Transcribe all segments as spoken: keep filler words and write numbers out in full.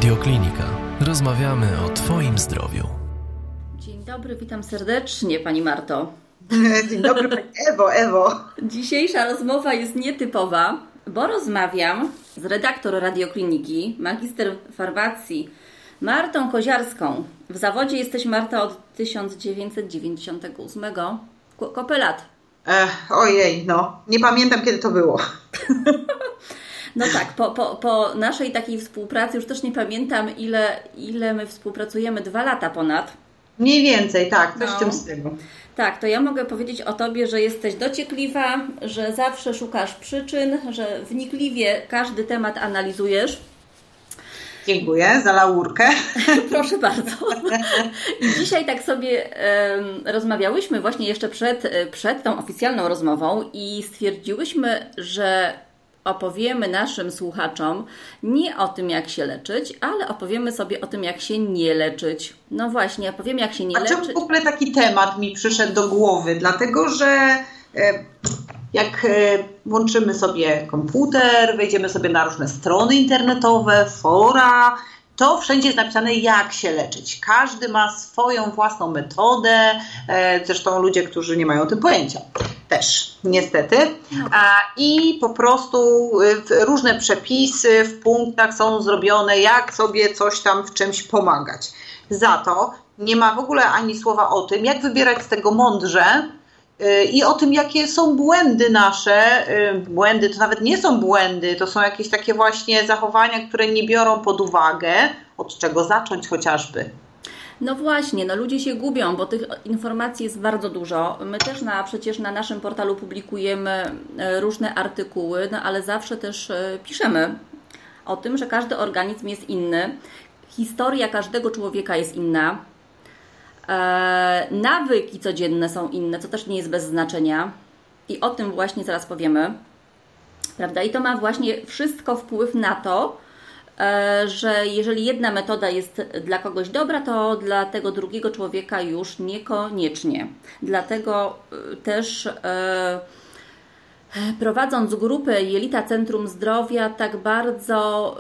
Radioklinika. Rozmawiamy o Twoim zdrowiu. Dzień dobry, witam serdecznie Pani Marto. Dzień dobry Pani Ewo, Ewo. Dzisiejsza rozmowa jest nietypowa, bo rozmawiam z redaktor Radiokliniki, magister farmacji Martą Koziarską. W zawodzie jesteś, Marta, od tysiąc dziewięćset dziewięćdziesiątego ósmego. Kopę lat. Ech, ojej, no. Nie pamiętam, kiedy to było. No tak, po, po, po naszej takiej współpracy już też nie pamiętam, ile, ile my współpracujemy, dwa lata ponad. Mniej więcej, tak, coś no. w tym stylu. Tak, to ja mogę powiedzieć o Tobie, że jesteś dociekliwa, że zawsze szukasz przyczyn, że wnikliwie każdy temat analizujesz. Dziękuję za laurkę. Proszę bardzo. I dzisiaj tak sobie um, rozmawiałyśmy właśnie jeszcze przed, przed tą oficjalną rozmową i stwierdziłyśmy, że opowiemy naszym słuchaczom nie o tym, jak się leczyć, ale opowiemy sobie o tym, jak się nie leczyć. No właśnie, opowiemy, jak się nie A leczyć. A czemu w ogóle taki temat mi przyszedł do głowy? Dlatego, że jak włączymy sobie komputer, wejdziemy sobie na różne strony internetowe, fora, to wszędzie jest napisane, jak się leczyć. Każdy ma swoją własną metodę, zresztą ludzie, którzy nie mają o tym pojęcia. Też, niestety. I po prostu różne przepisy w punktach są zrobione, jak sobie coś tam w czymś pomagać. Za to nie ma w ogóle ani słowa o tym, jak wybierać z tego mądrze i o tym, jakie są błędy nasze. Błędy to nawet nie są błędy, to są jakieś takie właśnie zachowania, które nie biorą pod uwagę, od czego zacząć chociażby. No właśnie, no ludzie się gubią, bo tych informacji jest bardzo dużo. My też na, przecież na naszym portalu publikujemy różne artykuły, no ale zawsze też piszemy o tym, że każdy organizm jest inny. Historia każdego człowieka jest inna. E, nawyki codzienne są inne, co też nie jest bez znaczenia. I o tym właśnie zaraz powiemy. Prawda? I to ma właśnie wszystko wpływ na to, że jeżeli jedna metoda jest dla kogoś dobra, to dla tego drugiego człowieka już niekoniecznie. Dlatego też e, prowadząc grupę Jelita Centrum Zdrowia, tak bardzo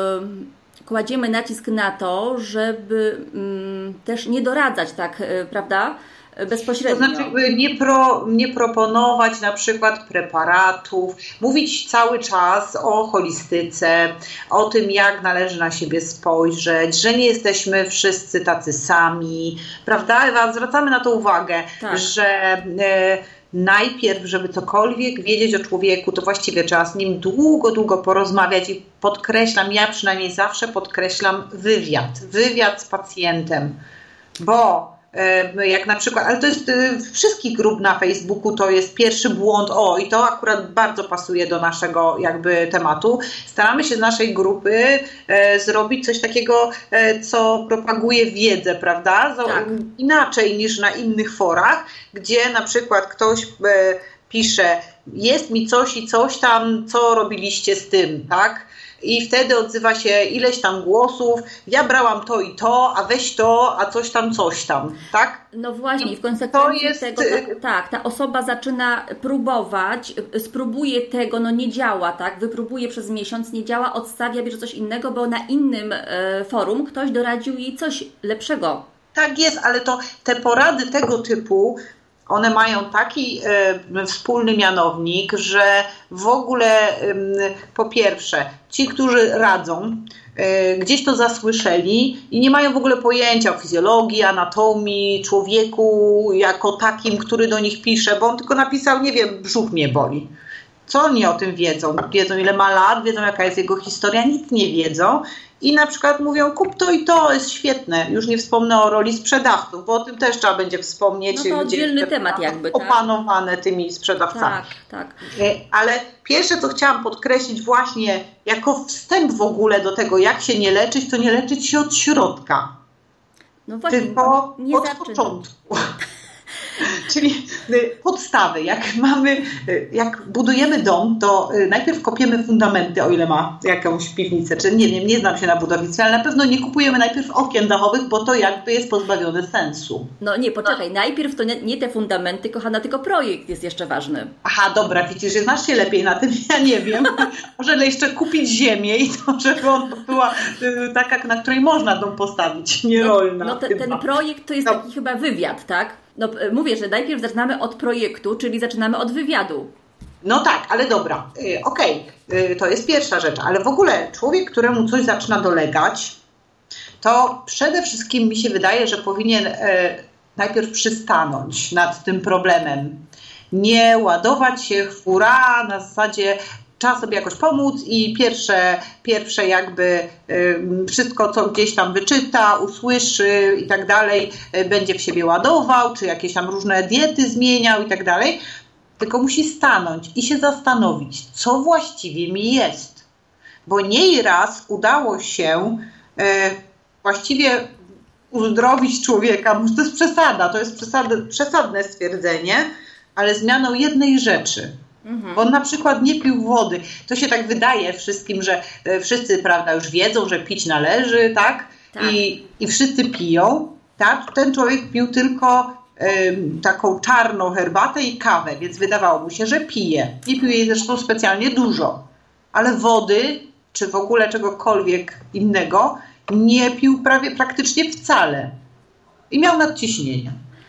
e, kładziemy nacisk na to, żeby m, też nie doradzać, tak, e, prawda? Bezpośrednio. To znaczy nie, pro, nie proponować na przykład preparatów, mówić cały czas o holistyce, o tym, jak należy na siebie spojrzeć, że nie jesteśmy wszyscy tacy sami, prawda, Ewa? Zwracamy na to uwagę, tak. że e, najpierw, żeby cokolwiek wiedzieć o człowieku, to właściwie trzeba z nim długo, długo porozmawiać i podkreślam, ja przynajmniej zawsze podkreślam wywiad, wywiad z pacjentem, bo jak na przykład, ale to jest wszystkich grup na Facebooku, to jest pierwszy błąd, o i to akurat bardzo pasuje do naszego jakby tematu. Staramy się z naszej grupy e, zrobić coś takiego, e, co propaguje wiedzę, prawda? Z, tak. Inaczej niż na innych forach, gdzie na przykład ktoś e, pisze, jest mi coś i coś tam, co robiliście z tym, tak? I wtedy odzywa się ileś tam głosów, ja brałam to i to, a weź to, a coś tam, coś tam, tak? No właśnie, w konsekwencji to jest... tego, tak, tak, ta osoba zaczyna próbować, spróbuje tego, no nie działa, tak? Wypróbuje przez miesiąc, nie działa, odstawia, bierze coś innego, bo na innym e, forum ktoś doradził jej coś lepszego. Tak jest, ale to te porady tego typu, one mają taki e, wspólny mianownik, że w ogóle e, po pierwsze ci, którzy radzą, e, gdzieś to zasłyszeli i nie mają w ogóle pojęcia o fizjologii, anatomii, człowieku jako takim, który do nich pisze, bo on tylko napisał, nie wiem, brzuch mnie boli. Co oni o tym wiedzą? Wiedzą, ile ma lat, wiedzą, jaka jest jego historia, nic nie wiedzą. I na przykład mówią, kup to i to, jest świetne. Już nie wspomnę o roli sprzedawców, bo o tym też trzeba będzie wspomnieć. No to oddzielny temat jakby, tak? Opanowane tymi sprzedawcami. Tak, tak. Ale pierwsze, co chciałam podkreślić właśnie jako wstęp w ogóle do tego, jak się nie leczyć, to nie leczyć się od środka. No właśnie, tylko nie od zaczyna. początku. Czyli podstawy. Jak mamy, jak budujemy dom, to najpierw kopiemy fundamenty, o ile ma jakąś piwnicę. Czy nie wiem, nie znam się na budownictwie, ale na pewno nie kupujemy najpierw okien dachowych, bo to jakby jest pozbawione sensu. No nie, poczekaj. Najpierw to nie, nie te fundamenty, kochana, tylko projekt jest jeszcze ważny. Aha, dobra, widzisz, że znasz się lepiej na tym, ja nie wiem. Może jeszcze kupić ziemię i to, żeby ona była taka, na której można dom postawić, nie rolna. No, no te, ten projekt to jest no. taki chyba wywiad, tak? No mówię, że najpierw zaczynamy od projektu, czyli zaczynamy od wywiadu. No tak, ale dobra, yy, okej, okay. yy, to jest pierwsza rzecz, ale w ogóle człowiek, któremu coś zaczyna dolegać, to przede wszystkim mi się wydaje, że powinien yy, najpierw przystanąć nad tym problemem. Nie ładować się w hura na zasadzie trzeba sobie jakoś pomóc i pierwsze, pierwsze jakby y, wszystko, co gdzieś tam wyczyta, usłyszy i tak dalej, y, będzie w siebie ładował, czy jakieś tam różne diety zmieniał i tak dalej, tylko musi stanąć i się zastanowić, co właściwie mi jest. Bo nie raz udało się y, właściwie uzdrowić człowieka, to jest przesada, to jest przesady, przesadne stwierdzenie, ale zmianą jednej rzeczy. Mhm. Bo on na przykład nie pił wody. To się tak wydaje wszystkim, że wszyscy, prawda, już wiedzą, że pić należy, tak? tak. I, i wszyscy piją, tak? Ten człowiek pił tylko y, taką czarną herbatę i kawę, więc wydawało mu się, że pije. Nie pił jej zresztą specjalnie dużo. Ale wody, czy w ogóle czegokolwiek innego, nie pił prawie praktycznie wcale. I miał nadciśnienie.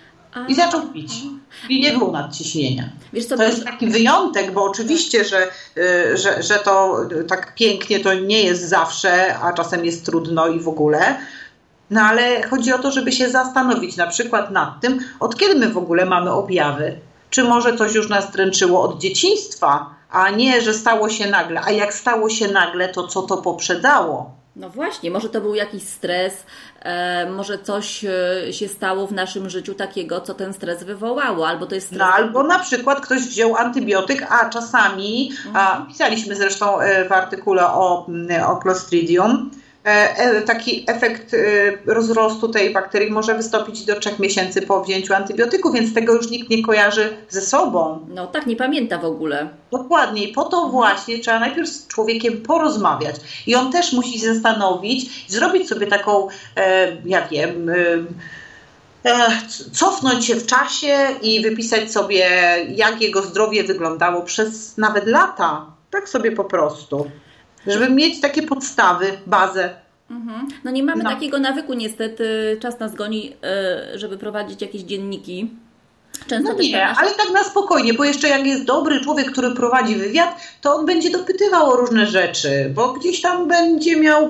I zaczął pić. I nie było nadciśnienia. Wiesz co, to jest taki wyjątek, bo oczywiście, że, że, że to tak pięknie to nie jest zawsze, a czasem jest trudno i w ogóle. No ale chodzi o to, żeby się zastanowić na przykład nad tym, od kiedy my w ogóle mamy objawy. Czy może coś już nas dręczyło od dzieciństwa, a nie, że stało się nagle. A jak stało się nagle, to co to poprzedzało? No właśnie, może to był jakiś stres, e, może coś e, się stało w naszym życiu takiego, co ten stres wywołało, albo to jest stres... No albo na przykład ktoś wziął antybiotyk, a czasami, mhm. a pisaliśmy zresztą w artykule o, o Clostridium, e, taki efekt e, rozrostu tej bakterii może wystąpić do trzech miesięcy po wzięciu antybiotyku, więc tego już nikt nie kojarzy ze sobą. No tak, nie pamięta w ogóle. Dokładnie. I po to właśnie trzeba najpierw z człowiekiem porozmawiać. I on też musi się zastanowić, zrobić sobie taką, e, ja wiem, e, e, cofnąć się w czasie i wypisać sobie, jak jego zdrowie wyglądało przez nawet lata. Tak sobie po prostu. Żeby mieć takie podstawy, bazę. Mhm. No nie mamy no. takiego nawyku niestety. Czas nas goni, żeby prowadzić jakieś dzienniki. Często no nie, nasze... ale tak na spokojnie, bo jeszcze jak jest dobry człowiek, który prowadzi wywiad, to on będzie dopytywał o różne rzeczy, bo gdzieś tam będzie miał,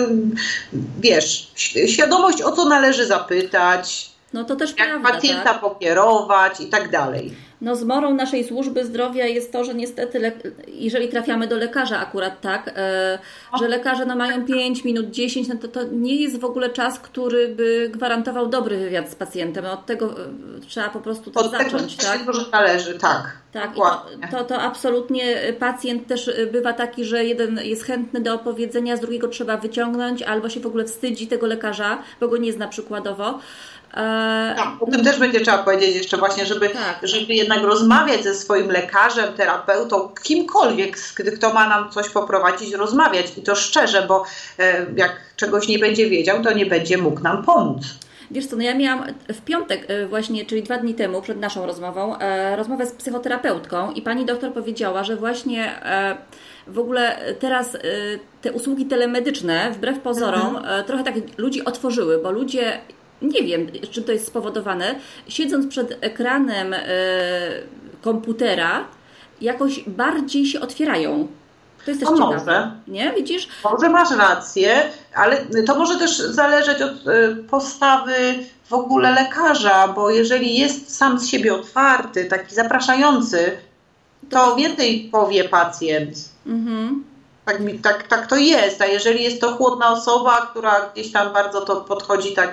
wiesz, świadomość, o co należy zapytać, no to też jak prawda, pacjenta tak? pokierować i tak dalej. No zmorą naszej służby zdrowia jest to, że niestety, le- jeżeli trafiamy do lekarza akurat tak, e, że lekarze no, mają pięć minut, dziesięć, no to, to nie jest w ogóle czas, który by gwarantował dobry wywiad z pacjentem. No, od tego e, trzeba po prostu też od zacząć. Tego, tak? że należy, tak. Tak, i to, to, to absolutnie pacjent też bywa taki, że jeden jest chętny do opowiedzenia, z drugiego trzeba wyciągnąć, albo się w ogóle wstydzi tego lekarza, bo go nie zna przykładowo. Tak, o tym też będzie trzeba powiedzieć jeszcze właśnie, żeby, tak. żeby jednak rozmawiać ze swoim lekarzem, terapeutą, kimkolwiek, kto ma nam coś poprowadzić, rozmawiać i to szczerze, bo jak czegoś nie będzie wiedział, to nie będzie mógł nam pomóc. Wiesz co, no ja miałam w piątek właśnie, czyli dwa dni temu przed naszą rozmową, rozmowę z psychoterapeutką i pani doktor powiedziała, że właśnie w ogóle teraz te usługi telemedyczne, wbrew pozorom, mhm. trochę tak ludzi otworzyły, bo ludzie... Nie wiem, czym to jest spowodowane. Siedząc przed ekranem y, komputera, jakoś bardziej się otwierają. To jest też ciekawe. Może. Nie? Widzisz? Może masz rację, ale to może też zależeć od y, postawy w ogóle lekarza, bo jeżeli jest sam z siebie otwarty, taki zapraszający, to, to więcej powie pacjent. Mhm. Tak, tak, tak to jest, a jeżeli jest to chłodna osoba, która gdzieś tam bardzo to podchodzi tak,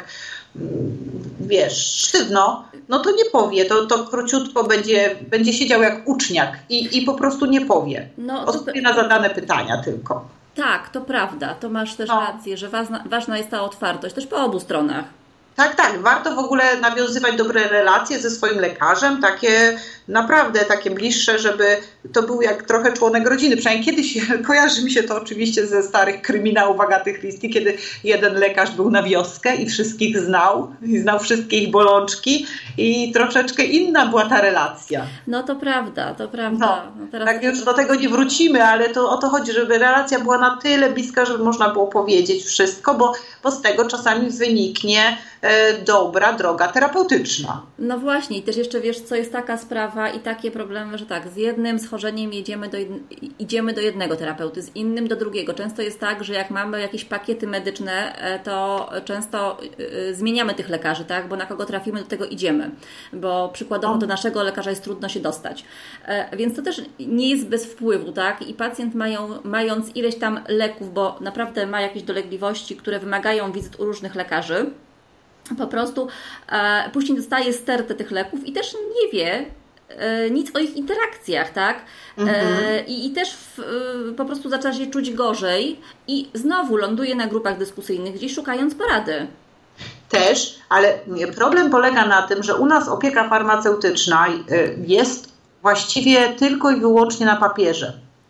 wiesz, sztywno, no to nie powie, to, to króciutko będzie, będzie siedział jak uczniak i, i po prostu nie powie. No, odpowie na zadane pytania tylko. Tak, to prawda, to masz też no. rację, że ważna, ważna jest ta otwartość, też po obu stronach. Tak, tak. Warto w ogóle nawiązywać dobre relacje ze swoim lekarzem, takie naprawdę takie bliższe, żeby to był jak trochę członek rodziny. Przynajmniej kiedyś kojarzy mi się to oczywiście ze starych kryminałów Agaty Christie, kiedy jeden lekarz był na wioskę i wszystkich znał, i znał wszystkie ich bolączki i troszeczkę inna była ta relacja. No to prawda, to prawda. No, no teraz tak już do tego nie wrócimy, ale to o to chodzi, żeby relacja była na tyle bliska, żeby można było powiedzieć wszystko, bo, bo z tego czasami wyniknie e, dobra droga terapeutyczna. No właśnie i też jeszcze wiesz, co jest taka sprawa i takie problemy, że tak, z jednym schorzeniem jedziemy do, idziemy do jednego terapeuty, z innym do drugiego. Często jest tak, że jak mamy jakieś pakiety medyczne, to często y, zmieniamy tych lekarzy, tak, bo na kogo trafimy, do tego idziemy, bo przykładowo do naszego lekarza jest trudno się dostać. E, więc to też nie jest bez wpływu, tak, i pacjent mają, mając ileś tam leków, bo naprawdę ma jakieś dolegliwości, które wymagają wizyt u różnych lekarzy, po prostu e, później dostaje stertę tych leków i też nie wie e, nic o ich interakcjach, tak? Mhm. E, i, I też w, e, po prostu zaczyna się czuć gorzej i znowu ląduje na grupach dyskusyjnych, gdzieś szukając porady. Też, ale problem polega na tym, że u nas opieka farmaceutyczna jest właściwie tylko i wyłącznie na papierze.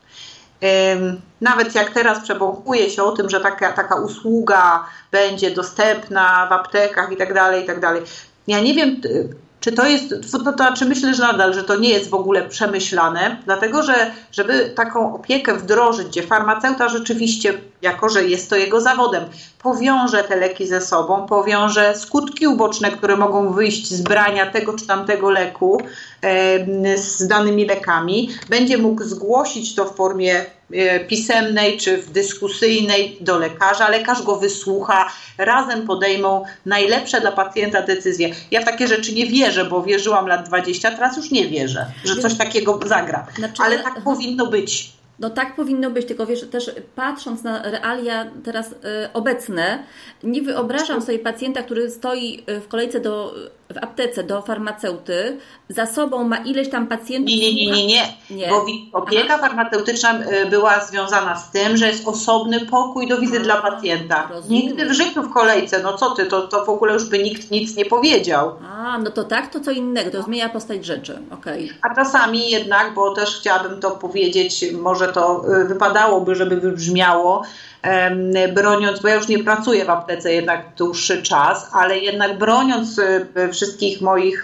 Nawet jak teraz przebąkuje się o tym, że taka, taka usługa będzie dostępna w aptekach i tak dalej, i tak dalej. Ja nie wiem, czy to jest, to, to znaczy myślę, że nadal, że to nie jest w ogóle przemyślane, dlatego że żeby taką opiekę wdrożyć, gdzie farmaceuta rzeczywiście, jako że jest to jego zawodem, powiąże te leki ze sobą, powiąże skutki uboczne, które mogą wyjść z brania tego czy tamtego leku e, z danymi lekami, będzie mógł zgłosić to w formie e, pisemnej czy w dyskusyjnej do lekarza, lekarz go wysłucha, razem podejmą najlepsze dla pacjenta decyzje. Ja w takie rzeczy nie wierzę, bo wierzyłam lat dwadzieścia, teraz już nie wierzę, że coś takiego zagra. Znaczy, ale tak powinno być. No tak powinno być, tylko wiesz, też patrząc na realia teraz y, obecne, nie wyobrażam sobie pacjenta, który stoi w kolejce do, w aptece do farmaceuty, za sobą ma ileś tam pacjentów. Nie, nie, nie, nie, nie. Bo opieka Aha. farmaceutyczna była związana z tym, że jest osobny pokój do wizyt A, dla pacjenta. Rozumiem. Nigdy w życiu w kolejce, no co ty, to, to w ogóle już by nikt nic nie powiedział. A, no to tak, to co innego, to zmienia postać rzeczy, okej. Okay. A czasami jednak, bo też chciałabym to powiedzieć, może to wypadałoby, żeby wybrzmiało, broniąc, bo ja już nie pracuję w aptece jednak dłuższy czas, ale jednak broniąc wszystkich moich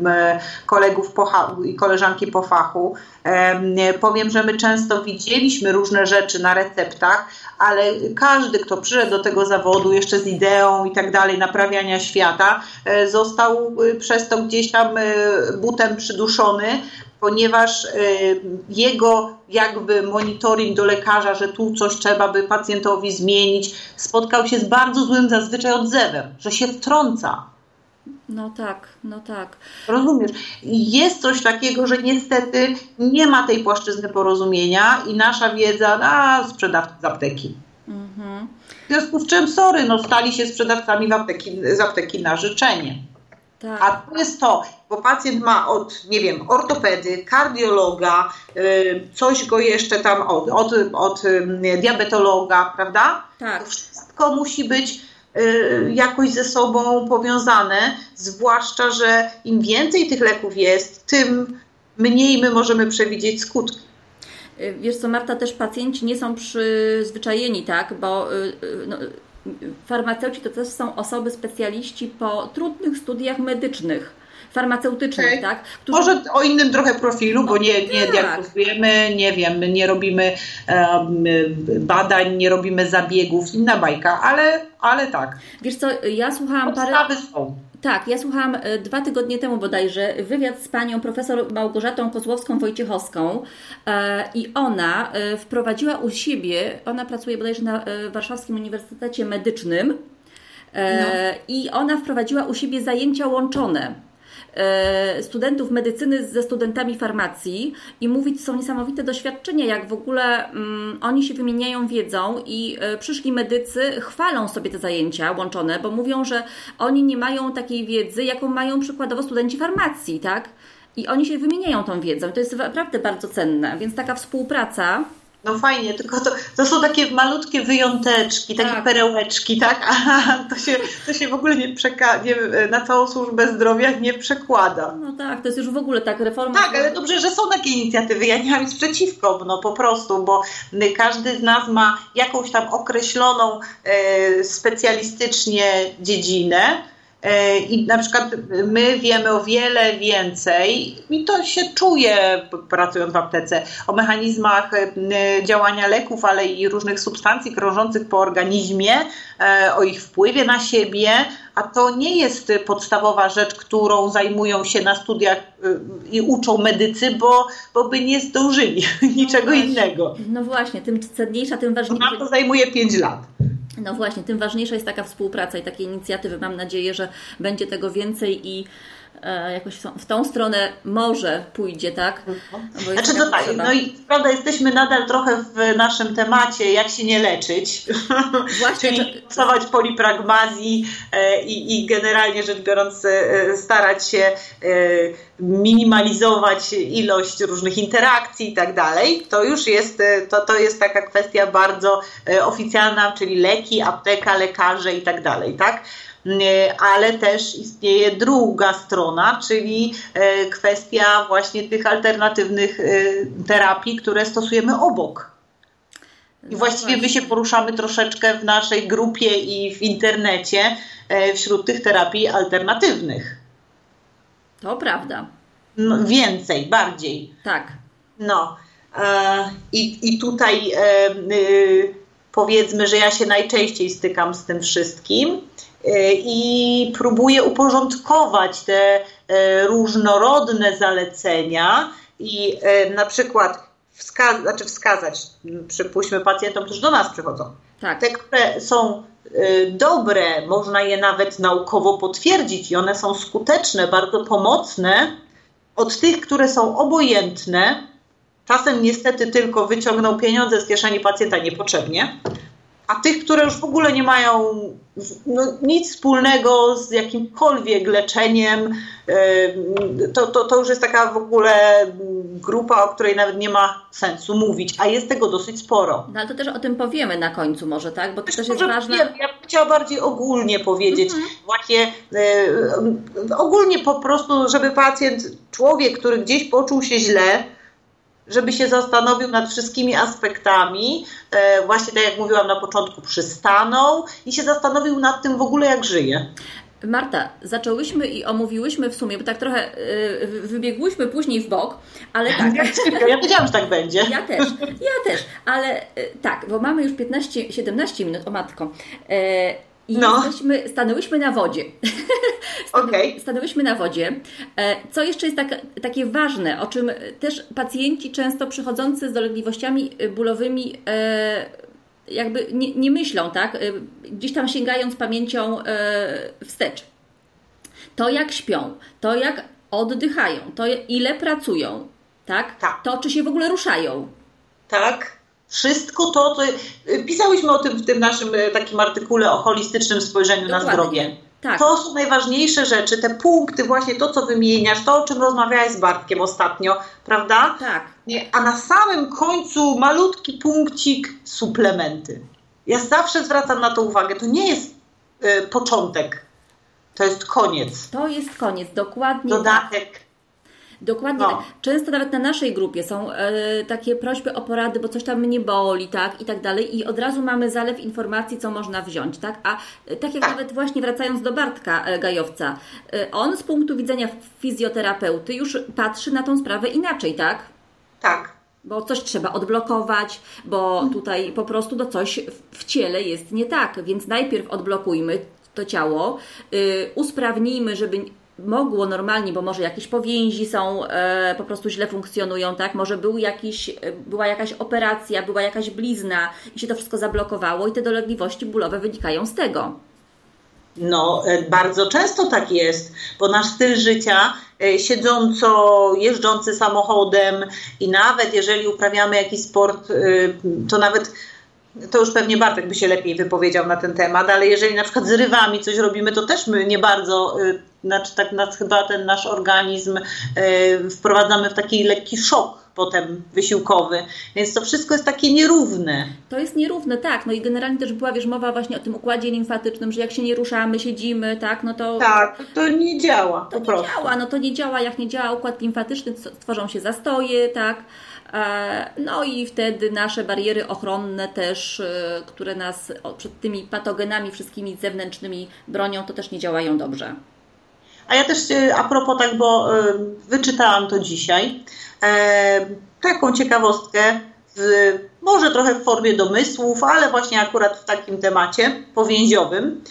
kolegów i koleżanki po fachu, powiem, że my często widzieliśmy różne rzeczy na receptach, ale każdy, kto przyszedł do tego zawodu jeszcze z ideą i tak dalej, naprawiania świata, został przez to gdzieś tam butem przyduszony, ponieważ y, jego jakby monitoring do lekarza, że tu coś trzeba by pacjentowi zmienić, spotkał się z bardzo złym zazwyczaj odzewem, że się wtrąca. No tak, no tak. Rozumiesz? Jest coś takiego, że niestety nie ma tej płaszczyzny porozumienia i nasza wiedza, a sprzedawcy z apteki. Mhm. W związku z czym, sorry, no stali się sprzedawcami w apteki, z apteki na życzenie. Tak. A to jest to, bo pacjent ma od, nie wiem, ortopedy, kardiologa, yy, coś go jeszcze tam od, od, od yy, diabetologa, prawda? Tak. To wszystko musi być yy, jakoś ze sobą powiązane, zwłaszcza, że im więcej tych leków jest, tym mniej my możemy przewidzieć skutki. Wiesz co, Marta, też pacjenci nie są przyzwyczajeni, tak, bo yy, no, farmaceuci to też są osoby specjaliści po trudnych studiach medycznych, farmaceutycznych, okay. tak? Którzy... Może o innym trochę profilu, bo nie, nie tak. diagnozujemy, nie wiem, nie robimy um, badań, nie robimy zabiegów, inna bajka, ale, ale tak. Wiesz co, ja słuchałam parę... parę... są. Tak, ja słuchałam dwa tygodnie temu bodajże wywiad z panią profesor Małgorzatą Kozłowską-Wojciechowską i ona wprowadziła u siebie, ona pracuje bodajże na Warszawskim Uniwersytecie Medycznym no. i ona wprowadziła u siebie zajęcia łączone studentów medycyny ze studentami farmacji i mówić, są niesamowite doświadczenia, jak w ogóle um, oni się wymieniają wiedzą i y, przyszli medycy chwalą sobie te zajęcia łączone, bo mówią, że oni nie mają takiej wiedzy, jaką mają przykładowo studenci farmacji, tak? I oni się wymieniają tą wiedzą. To jest naprawdę bardzo cenne, więc taka współpraca No fajnie, tylko to, to są takie malutkie wyjąteczki, takie tak. perełeczki, tak? A to się, to się w ogóle nie, przeka- nie na całą służbę zdrowia nie przekłada. No tak, to jest już w ogóle tak reforma. Tak, ale dobrze, że są takie inicjatywy. Ja nie mam nic przeciwko, no po prostu, bo każdy z nas ma jakąś tam określoną e, specjalistycznie dziedzinę. I na przykład my wiemy o wiele więcej i to się czuje pracując w aptece o mechanizmach działania leków, ale i różnych substancji krążących po organizmie, o ich wpływie na siebie, a to nie jest podstawowa rzecz, którą zajmują się na studiach i uczą medycy, bo, bo by nie zdążyli niczego no innego. No właśnie, tym cenniejsza, tym ważniejsza. Nam to zajmuje pięć lat. No właśnie, tym ważniejsza jest taka współpraca i takie inicjatywy. Mam nadzieję, że będzie tego więcej i e, jakoś w tą, w tą stronę może pójdzie, tak? Bo znaczy to tak, no i prawda, jesteśmy nadal trochę w naszym temacie, jak się nie leczyć, Właśnie, czyli stosować polipragmazji e, i, i generalnie rzecz biorąc e, starać się e, minimalizować ilość różnych interakcji i tak dalej. To już jest, to, to jest taka kwestia bardzo e, oficjalna, czyli leki, apteka, lekarze i tak dalej, tak? Ale też istnieje druga strona, czyli kwestia właśnie tych alternatywnych terapii, które stosujemy obok. I właściwie my się poruszamy troszeczkę w naszej grupie i w internecie wśród tych terapii alternatywnych. To prawda. No, więcej, bardziej. Tak. No. I, i tutaj powiedzmy, że ja się najczęściej stykam z tym wszystkim. I próbuję uporządkować te różnorodne zalecenia i na przykład wskaz- znaczy wskazać, przypuśćmy pacjentom, którzy do nas przychodzą. Tak. Te, które są dobre, można je nawet naukowo potwierdzić i one są skuteczne, bardzo pomocne, od tych, które są obojętne, czasem niestety tylko wyciągną pieniądze z kieszeni pacjenta niepotrzebnie, a tych, które już w ogóle nie mają no, nic wspólnego z jakimkolwiek leczeniem, to, to, to już jest taka w ogóle grupa, o której nawet nie ma sensu mówić, a jest tego dosyć sporo. No ale to też o tym powiemy na końcu może, tak? Bo to też, też jest ważne. Wiem, ja bym chciała bardziej ogólnie powiedzieć, mm-hmm. właśnie e, ogólnie po prostu, żeby pacjent, człowiek, który gdzieś poczuł się źle, żeby się zastanowił nad wszystkimi aspektami, e, właśnie tak jak mówiłam na początku, przystanął i się zastanowił nad tym w ogóle, jak żyje. Marta, zaczęłyśmy i omówiłyśmy w sumie, bo tak trochę yy, wybiegłyśmy później w bok, ale tak. Ja, ja wiedziałam, że tak będzie. Ja też, ja też, ale yy, tak, bo mamy już piętnaście siedemnaście minut, o matko. Yy, I no. jesteśmy, stanęłyśmy na wodzie. Stan, okay. Stanęłyśmy na wodzie. Co jeszcze jest tak, takie ważne, o czym też pacjenci często przychodzący z dolegliwościami bólowymi jakby nie, nie myślą, tak? Gdzieś tam sięgając pamięcią wstecz. To jak śpią, to jak oddychają, to ile pracują, tak? tak. To czy się w ogóle ruszają. Tak. Wszystko to, co... Pisałyśmy o tym w tym naszym takim artykule o holistycznym spojrzeniu Dokładnie. na zdrowie. Tak. To są najważniejsze rzeczy, te punkty, właśnie to, co wymieniasz, to, o czym rozmawiałaś z Bartkiem ostatnio, prawda? Tak. A na samym końcu malutki punkcik suplementy. Ja zawsze zwracam na to uwagę. To nie jest y, początek, to jest koniec. To jest koniec, dokładnie. Dodatek. Tak. Dokładnie no. tak. Często nawet na naszej grupie są e, takie prośby o porady, bo coś tam mnie boli, tak, i tak dalej. I od razu mamy zalew informacji, co można wziąć, tak? A e, tak jak tak. nawet właśnie wracając do Bartka e, Gajowca, e, on z punktu widzenia fizjoterapeuty już patrzy na tą sprawę inaczej, tak? Tak. Bo coś trzeba odblokować, bo tutaj po prostu do coś w ciele jest nie tak. Więc najpierw odblokujmy to ciało, y, usprawnijmy, żeby mogło normalnie, bo może jakieś powięzi są, e, po prostu źle funkcjonują, tak? Może był jakiś, była jakaś operacja, była jakaś blizna i się to wszystko zablokowało i te dolegliwości bólowe wynikają z tego. No, bardzo często tak jest, bo nasz styl życia, siedząco, jeżdżący samochodem i nawet jeżeli uprawiamy jakiś sport, to nawet, to już pewnie Bartek by się lepiej wypowiedział na ten temat, ale jeżeli na przykład z rywami coś robimy, to też my nie bardzo, znaczy tak nas chyba ten nasz organizm wprowadzamy w taki lekki szok potem wysiłkowy, więc to wszystko jest takie nierówne. To jest nierówne, tak, no i generalnie też była, wiesz, mowa właśnie o tym układzie limfatycznym, że jak się nie ruszamy, siedzimy, tak, no to... Tak, to nie działa, to po prostu. nie działa, no to nie działa, jak nie działa układ limfatyczny, tworzą się zastoje, tak, no i wtedy nasze bariery ochronne też, które nas przed tymi patogenami wszystkimi zewnętrznymi bronią, to też nie działają dobrze. A ja też a propos tak, bo wyczytałam to dzisiaj, taką ciekawostkę, w, może trochę w formie domysłów, ale właśnie akurat w takim temacie powięziowym,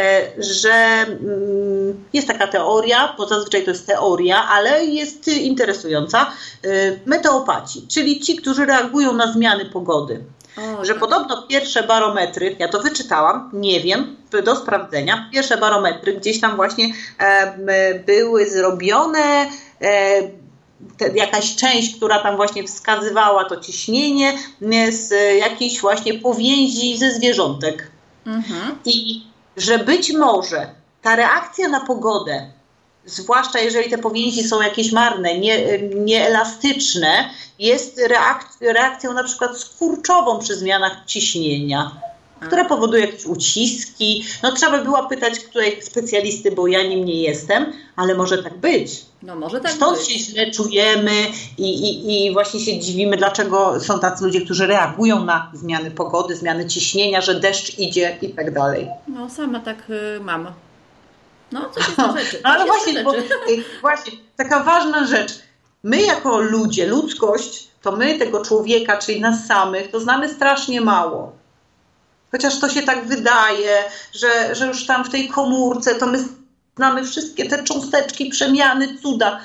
że jest taka teoria, bo zazwyczaj to jest teoria, ale jest interesująca, meteopaci, czyli ci, którzy reagują na zmiany pogody. O, że tak. Podobno pierwsze barometry, ja to wyczytałam, nie wiem, do sprawdzenia, pierwsze barometry gdzieś tam właśnie e, były zrobione, e, te, jakaś część, która tam właśnie wskazywała to ciśnienie z jakichś właśnie powięzi ze zwierzątek. Mhm. I że być może ta reakcja na pogodę, zwłaszcza jeżeli te powięzi są jakieś marne, nie, nieelastyczne, jest reakc- reakcją na przykład skurczową przy zmianach ciśnienia, która powoduje jakieś uciski. No trzeba by było pytać której specjalisty, bo ja nim nie jestem, ale może tak być. No może tak Stąd być. się źle czujemy i, i, i właśnie się dziwimy, dlaczego są tacy ludzie, którzy reagują na zmiany pogody, zmiany ciśnienia, że deszcz idzie i tak dalej. No sama tak y, mam. No, co jest za rzeczy? No, ale właśnie, bo, właśnie, taka ważna rzecz. My jako ludzie, ludzkość, to my tego człowieka, czyli nas samych, to znamy strasznie mało. Chociaż to się tak wydaje, że, że już tam w tej komórce to my znamy wszystkie te cząsteczki, przemiany, cuda.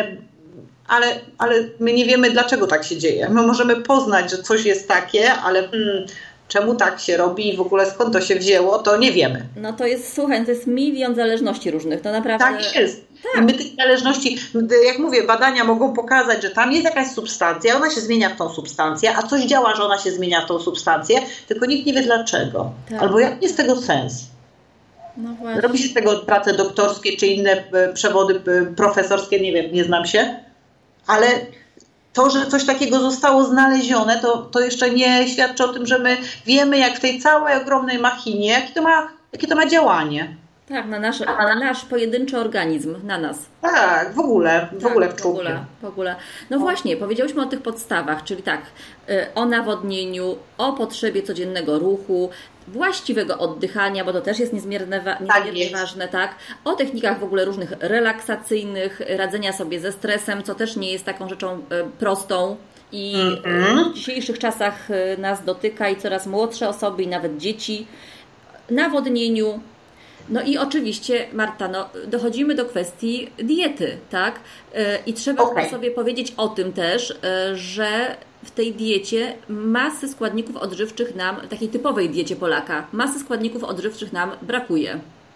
Ale, ale my nie wiemy, dlaczego tak się dzieje. My możemy poznać, że coś jest takie, ale... Hmm, czemu tak się robi i w ogóle skąd to się wzięło, to nie wiemy. No to jest, słuchaj, to jest milion zależności różnych, to naprawdę... Tak jest. Tak. I my tych zależności, jak mówię, badania mogą pokazać, że tam jest jakaś substancja, ona się zmienia w tą substancję, a coś działa, że ona się zmienia w tą substancję, tylko nikt nie wie dlaczego. Tak. Albo jaki jest tego sens. No właśnie. Robi się z tego prace doktorskie czy inne przewody profesorskie, nie wiem, nie znam się, ale... To, że coś takiego zostało znalezione, to, to jeszcze nie świadczy o tym, że my wiemy, jak w tej całej ogromnej machinie, jakie to ma, jakie to ma działanie. Tak, na nasz, na nasz pojedynczy organizm, na nas. Tak, w ogóle, w tak, ogóle w W ogóle, w ogóle. No o. właśnie, powiedziałyśmy o tych podstawach, czyli tak, o nawodnieniu, o potrzebie codziennego ruchu, właściwego oddychania, bo to też jest niezmiernie, niezmiernie tak jest. ważne, tak? O technikach w ogóle różnych relaksacyjnych, radzenia sobie ze stresem, co też nie jest taką rzeczą prostą i mm-hmm. w dzisiejszych czasach nas dotyka i coraz młodsze osoby i nawet dzieci. Nawodnieniu. No i oczywiście, Marta, no, dochodzimy do kwestii diety, tak? I trzeba okay. sobie powiedzieć o tym też, że w tej diecie masy składników odżywczych nam, w takiej typowej diecie Polaka, masy składników odżywczych nam brakuje.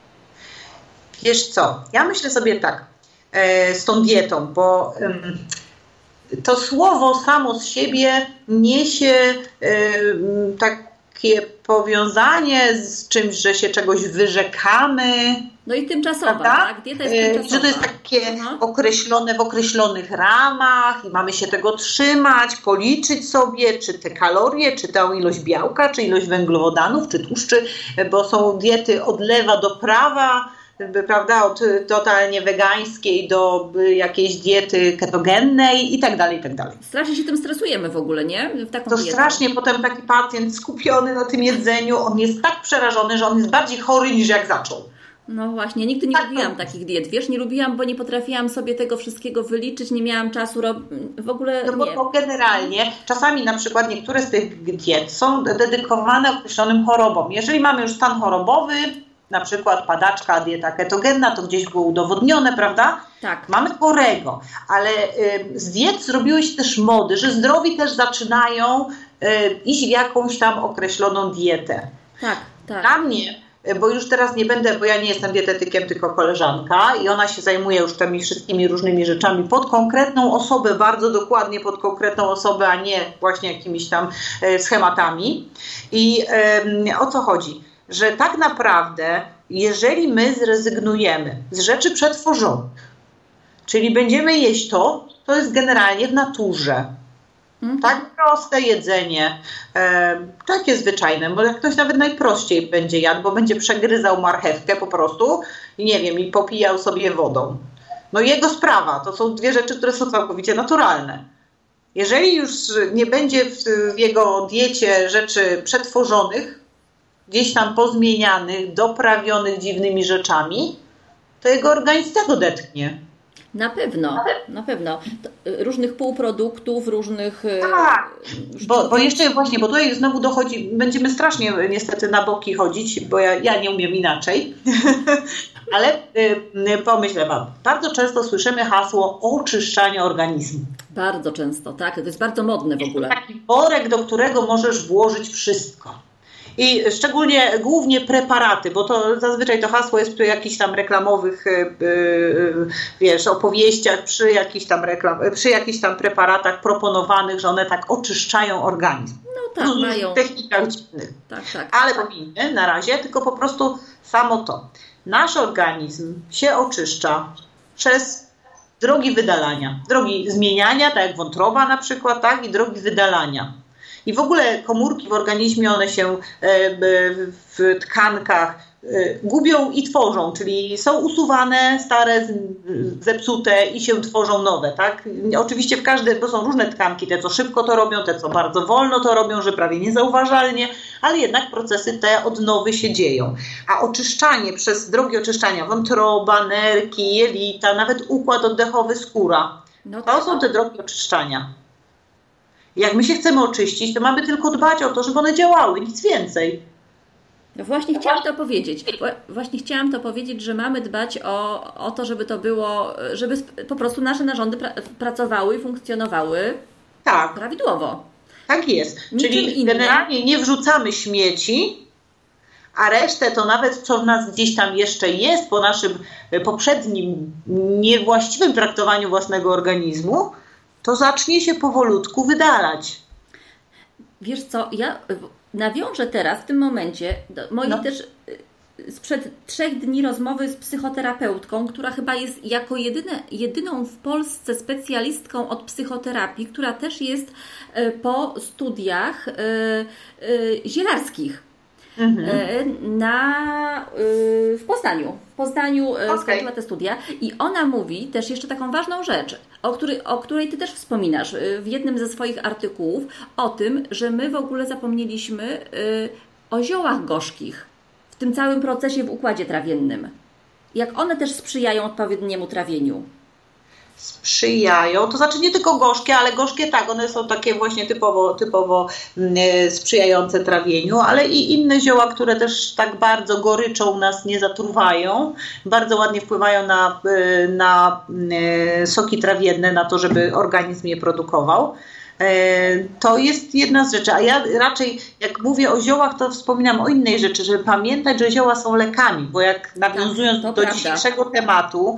Wiesz co, ja myślę sobie tak, e, z tą dietą, bo e, to słowo samo z siebie niesie e, takie powiązanie z czymś, że się czegoś wyrzekamy. No i tymczasowa, tak? Dieta jest tymczasowa. Że to jest takie Aha. określone w określonych ramach i mamy się tego trzymać, policzyć sobie, czy te kalorie, czy tę ilość białka, czy ilość węglowodanów, czy tłuszczy, bo są diety od lewa do prawa, prawda, od totalnie wegańskiej do jakiejś diety ketogennej i tak dalej, i tak dalej. Strasznie się tym stresujemy w ogóle, nie? W taką to dietę. Strasznie potem taki pacjent skupiony na tym jedzeniu, on jest tak przerażony, że on jest bardziej chory niż jak zaczął. No właśnie, nigdy nie tak, lubiłam tak. takich diet, wiesz, nie lubiłam, bo nie potrafiłam sobie tego wszystkiego wyliczyć, nie miałam czasu, w ogóle no bo, nie. Bo generalnie czasami na przykład niektóre z tych diet są dedykowane określonym chorobom. Jeżeli mamy już stan chorobowy, na przykład padaczka, dieta ketogenna, to gdzieś było udowodnione, prawda? Tak. Mamy chorego, ale y, z diet zrobiły się też mody, że zdrowi też zaczynają y, iść w jakąś tam określoną dietę. Tak, tak. Dla mnie, bo już teraz nie będę, bo ja nie jestem dietetykiem, tylko koleżanka i ona się zajmuje już tymi wszystkimi różnymi rzeczami pod konkretną osobę, bardzo dokładnie pod konkretną osobę, a nie właśnie jakimiś tam y, schematami. I y, o co chodzi? Że tak naprawdę, jeżeli my zrezygnujemy z rzeczy przetworzonych, czyli będziemy jeść to, to jest generalnie w naturze. Mhm. Tak proste jedzenie, e, takie zwyczajne, bo jak ktoś nawet najprościej będzie jadł, bo będzie przegryzał marchewkę po prostu i nie wiem, i popijał sobie wodą. No jego sprawa, to są dwie rzeczy, które są całkowicie naturalne. Jeżeli już nie będzie w, w jego diecie rzeczy przetworzonych, gdzieś tam pozmienianych, doprawionych dziwnymi rzeczami, to jego organizm tak odetchnie. Na pewno, na pewno. Różnych półproduktów, różnych... Tak, bo, bo jeszcze właśnie, bo tutaj znowu dochodzi, będziemy strasznie niestety na boki chodzić, bo ja, ja nie umiem inaczej, ale y, pomyślę wam, bardzo często słyszymy hasło oczyszczania organizmu. Bardzo często, tak, to jest bardzo modne w ogóle. Taki worek, do którego możesz włożyć wszystko. I szczególnie, głównie preparaty, bo to zazwyczaj to hasło jest przy jakichś tam reklamowych, yy, wiesz, opowieściach, przy jakichś tam reklam, przy jakichś tam preparatach proponowanych, że one tak oczyszczają organizm. No tak, mają. W technikach dziwnych. Tak, tak. Ale powinny na razie, tylko po prostu samo to. Nasz organizm się oczyszcza przez drogi wydalania, drogi zmieniania, tak jak wątroba na przykład, tak, i drogi wydalania. I w ogóle komórki w organizmie, one się w tkankach gubią i tworzą, czyli są usuwane stare, zepsute i się tworzą nowe, tak? Oczywiście w każdej, bo są różne tkanki, te co szybko to robią, te co bardzo wolno to robią, że prawie niezauważalnie, ale jednak procesy te odnowy się dzieją. A oczyszczanie przez drogi oczyszczania, wątroba, nerki, jelita, nawet układ oddechowy, skóra, no to są te drogi oczyszczania. Jak my się chcemy oczyścić, to mamy tylko dbać o to, żeby one działały, nic więcej. No właśnie chciałam to powiedzieć. Właśnie chciałam to powiedzieć, że mamy dbać o, o to, żeby to było, żeby po prostu nasze narządy pra- pracowały i funkcjonowały tak. prawidłowo. Tak jest. Niczym Czyli innym. generalnie nie wrzucamy śmieci, a resztę to nawet co w nas gdzieś tam jeszcze jest po naszym poprzednim niewłaściwym traktowaniu własnego organizmu, to zacznie się powolutku wydalać. Wiesz co, ja nawiążę teraz w tym momencie do mojej no. też sprzed trzech dni rozmowy z psychoterapeutką, która chyba jest jako jedyne, jedyną w Polsce specjalistką od psychoterapii, która też jest po studiach zielarskich. Mhm. Na, w Poznaniu. W Poznaniu okay. skończyła te studia i ona mówi też jeszcze taką ważną rzecz, o której, o której Ty też wspominasz w jednym ze swoich artykułów, o tym, że my w ogóle zapomnieliśmy o ziołach gorzkich w tym całym procesie w układzie trawiennym. Jak one też sprzyjają odpowiedniemu trawieniu. Sprzyjają, to znaczy nie tylko gorzkie, ale gorzkie tak, one są takie właśnie typowo, typowo sprzyjające trawieniu, ale i inne zioła, które też tak bardzo goryczą nas nie zatruwają, bardzo ładnie wpływają na, na soki trawienne, na to, żeby organizm je produkował. To jest jedna z rzeczy, a ja raczej jak mówię o ziołach, to wspominam o innej rzeczy, żeby pamiętać, że zioła są lekami, bo jak nawiązując tak, do prawda. dzisiejszego tematu,